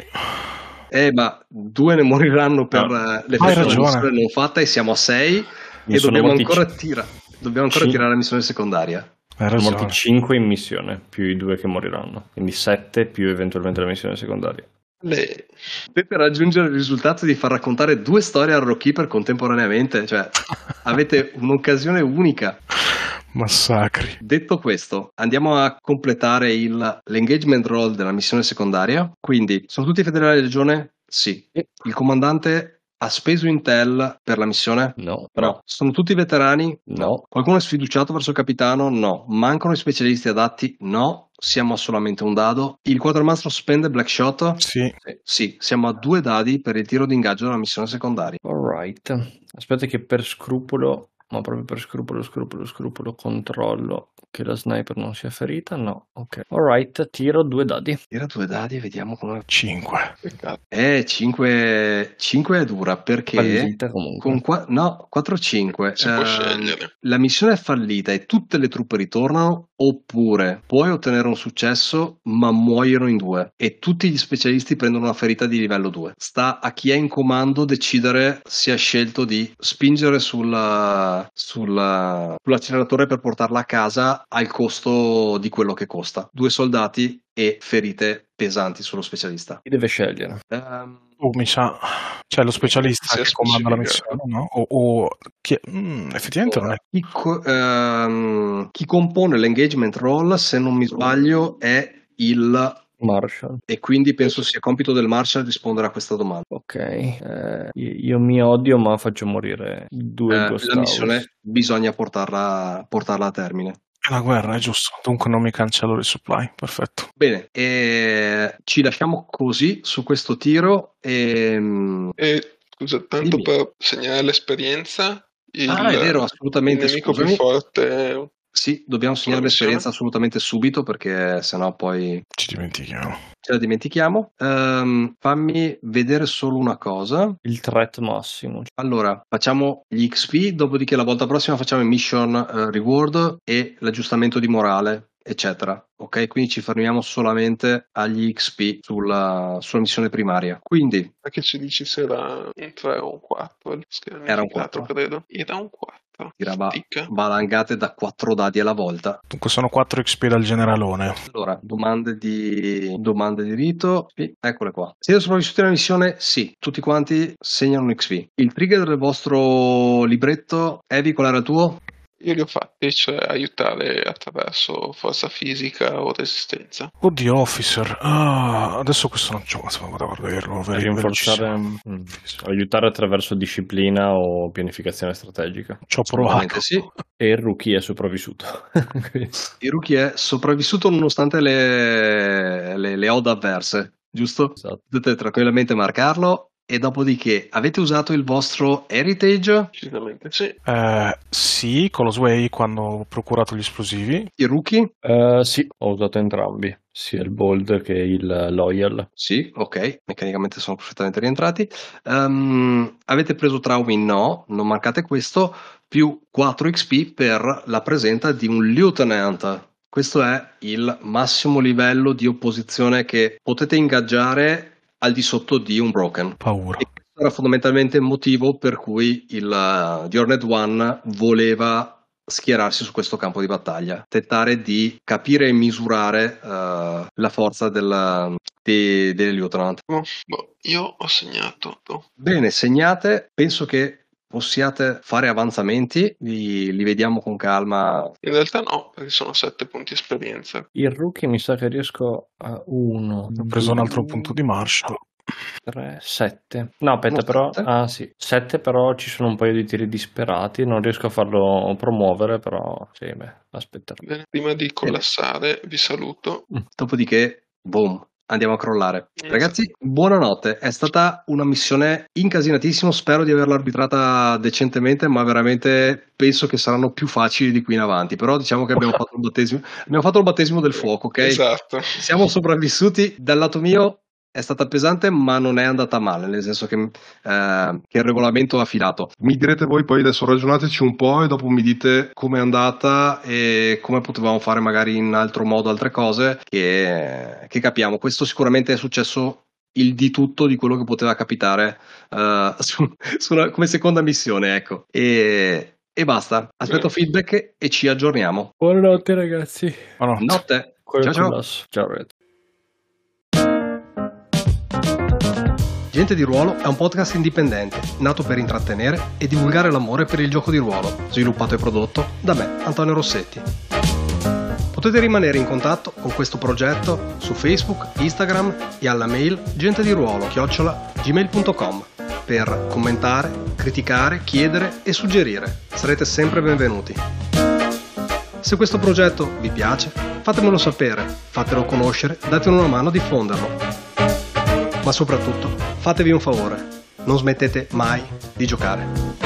Eh, ma due ne moriranno per
No.
eh, l'effetto
Hai
della
ragione.
missione non fatta e siamo a sei
Ne
e
sono
dobbiamo
morti
ancora,
c-
tira- dobbiamo ancora
Cin-
tirare la missione secondaria.
Hai
Sono
ragione.
morti cinque in missione, più i due che moriranno. Quindi sette più eventualmente la missione secondaria.
Le... Per raggiungere il risultato di far raccontare due storie al Rockkeeper contemporaneamente, cioè avete un'occasione unica.
Massacri.
Detto questo, andiamo a completare il, l'engagement roll della missione secondaria. Quindi, sono tutti fedeli alla legione? Sì. Il comandante ha speso intel per la missione?
No, però
No. Sono tutti veterani?
no.
Qualcuno è sfiduciato verso il capitano? No. Mancano i specialisti adatti? No. Siamo a solamente un dado. Il quadramastro spende Black Shot?
Sì.
Sì. Sì, siamo a due dadi per il tiro d'ingaggio della missione secondaria.
Alright. Aspetta che per scrupolo, ma proprio per scrupolo, scrupolo, scrupolo, controllo che la sniper non sia ferita. No, ok. Alright, tiro due dadi.
Tira due dadi e vediamo come...
cinque.
Eh, cinque è dura perché...
Fallita comunque.
Con qua... No, quattro cinque.
Si può scegliere.
La missione è fallita e tutte le truppe ritornano oppure puoi ottenere un successo ma muoiono in due e tutti gli specialisti prendono una ferita di livello due. Sta a chi è in comando decidere se ha scelto di spingere sulla, sulla, sull'acceleratore per portarla a casa al costo di quello che costa. Due soldati e ferite pesanti sullo specialista.
Chi deve scegliere?
Um,
Oh, mi sa, c'è lo specialista
Sia
che comanda la
specificato.
missione, no? O, o chi è- mm, effettivamente non è.
Chi, co- ehm, chi compone l'engagement role, se non mi sbaglio, è il...
Marshall.
E quindi penso sia compito del Marshall rispondere a questa domanda.
Ok, eh, io mi odio ma faccio morire due
Eh,
Ghost
la missione
House.
bisogna portarla, portarla a termine.
È la guerra, è giusto. Dunque non mi cancello il supply, perfetto.
Bene, e ci lasciamo così su questo tiro. E...
E scusa, tanto
Dimmi.
per segnare l'esperienza, il,
Ah, è vero, assolutamente,
il nemico
scusami.
più forte.
Sì, dobbiamo segnare
Come
l'esperienza assolutamente subito perché sennò poi
Ci dimentichiamo.
ce la dimentichiamo. Ehm, fammi vedere solo una cosa.
Il threat massimo.
Allora, facciamo gli X P, dopodiché la volta prossima facciamo il mission eh, reward e l'aggiustamento di morale, eccetera. Ok, quindi ci fermiamo solamente agli X P sulla, sulla missione primaria. Quindi,
Perché ci dici se era un tre o un quattro? Il
Era un
quattro,
quattro.
credo. Era un quattro.
tirava
Fatica.
valangate da quattro dadi alla volta.
Dunque sono quattro X P dal generalone.
Allora, domande di domande di rito. Sì, eccole qua. Siete sopravvissuti alla missione? Sì. Tutti quanti segnano un X P. Il trigger del vostro libretto, Evi, qual era il tuo?
Io li ho fatti, cioè aiutare attraverso forza fisica o resistenza.
Oddio, officer. Ah, adesso questo non c'ho, ma vado a vederlo.
Per
veri-
rinforzare,
velocissimo.
mm, aiutare attraverso disciplina o pianificazione strategica.
Ci ho provato.
Assolutamente sì.
E il rookie è sopravvissuto.
Il rookie è sopravvissuto nonostante le, le, le odd avverse, giusto?
Esatto.
Potete tranquillamente marcarlo. E dopodiché avete usato il vostro heritage?
Decisamente sì.
Eh, sì, con lo Sway quando ho procurato gli esplosivi.
Il rookie?
Eh, sì, ho usato entrambi, sia il bold che il loyal.
Sì, ok, meccanicamente sono perfettamente rientrati. Ehm, avete preso traumi? No, non mancate questo, più quattro X P per la presenza di un lieutenant. Questo è il massimo livello di opposizione che potete ingaggiare al di sotto di un broken.
Paura.
E questo era fondamentalmente il motivo per cui il uh, The Hornet One voleva schierarsi su questo campo di battaglia, tentare di capire e misurare uh, la forza del, de, delle lieutenant.
Oh, boh, io ho segnato. Oh.
Bene, segnate, penso che possiate fare avanzamenti, li, li vediamo con calma.
In realtà no, perché sono sette punti esperienza.
Il rookie mi sa che riesco a uno,
Ho preso un altro punto di Marshall.
tre, sette. No, aspetta,
Uno,
però.
sette.
Ah, sì. sette, però ci sono un paio di tiri disperati. Non riesco a farlo promuovere, però. Sì, beh, aspetta.
Bene, prima di collassare vi saluto.
Dopodiché, boom, andiamo a crollare. Ragazzi, buonanotte. È stata una missione incasinatissima. Spero di averla arbitrata decentemente, ma veramente penso che saranno più facili di qui in avanti. Però diciamo che abbiamo fatto il battesimo, abbiamo fatto il battesimo del fuoco, ok?
Esatto.
Siamo sopravvissuti. Dal lato mio è stata pesante, ma non è andata male, nel senso che, eh, che il regolamento ha filato. Mi direte voi poi, adesso ragionateci un po' e dopo mi dite com'è andata e come potevamo fare magari in altro modo altre cose che, che capiamo. Questo sicuramente è successo il di tutto di quello che poteva capitare uh, su, su una, come seconda missione, ecco. E, e basta, aspetto feedback e ci aggiorniamo.
Buonanotte, ragazzi.
Buonanotte.
Notte. Ciao ciao.
Ciao, Red.
Gente di Ruolo è un podcast indipendente, nato per intrattenere e divulgare l'amore per il gioco di ruolo, sviluppato e prodotto da me, Antonio Rossetti. Potete rimanere in contatto con questo progetto su Facebook, Instagram e alla mail gentediruolo chiocciola gmail punto com per commentare, criticare, chiedere e suggerire. Sarete sempre benvenuti. Se questo progetto vi piace, fatemelo sapere, fatelo conoscere, datemi una mano a diffonderlo. Ma soprattutto, fatevi un favore, non smettete mai di giocare.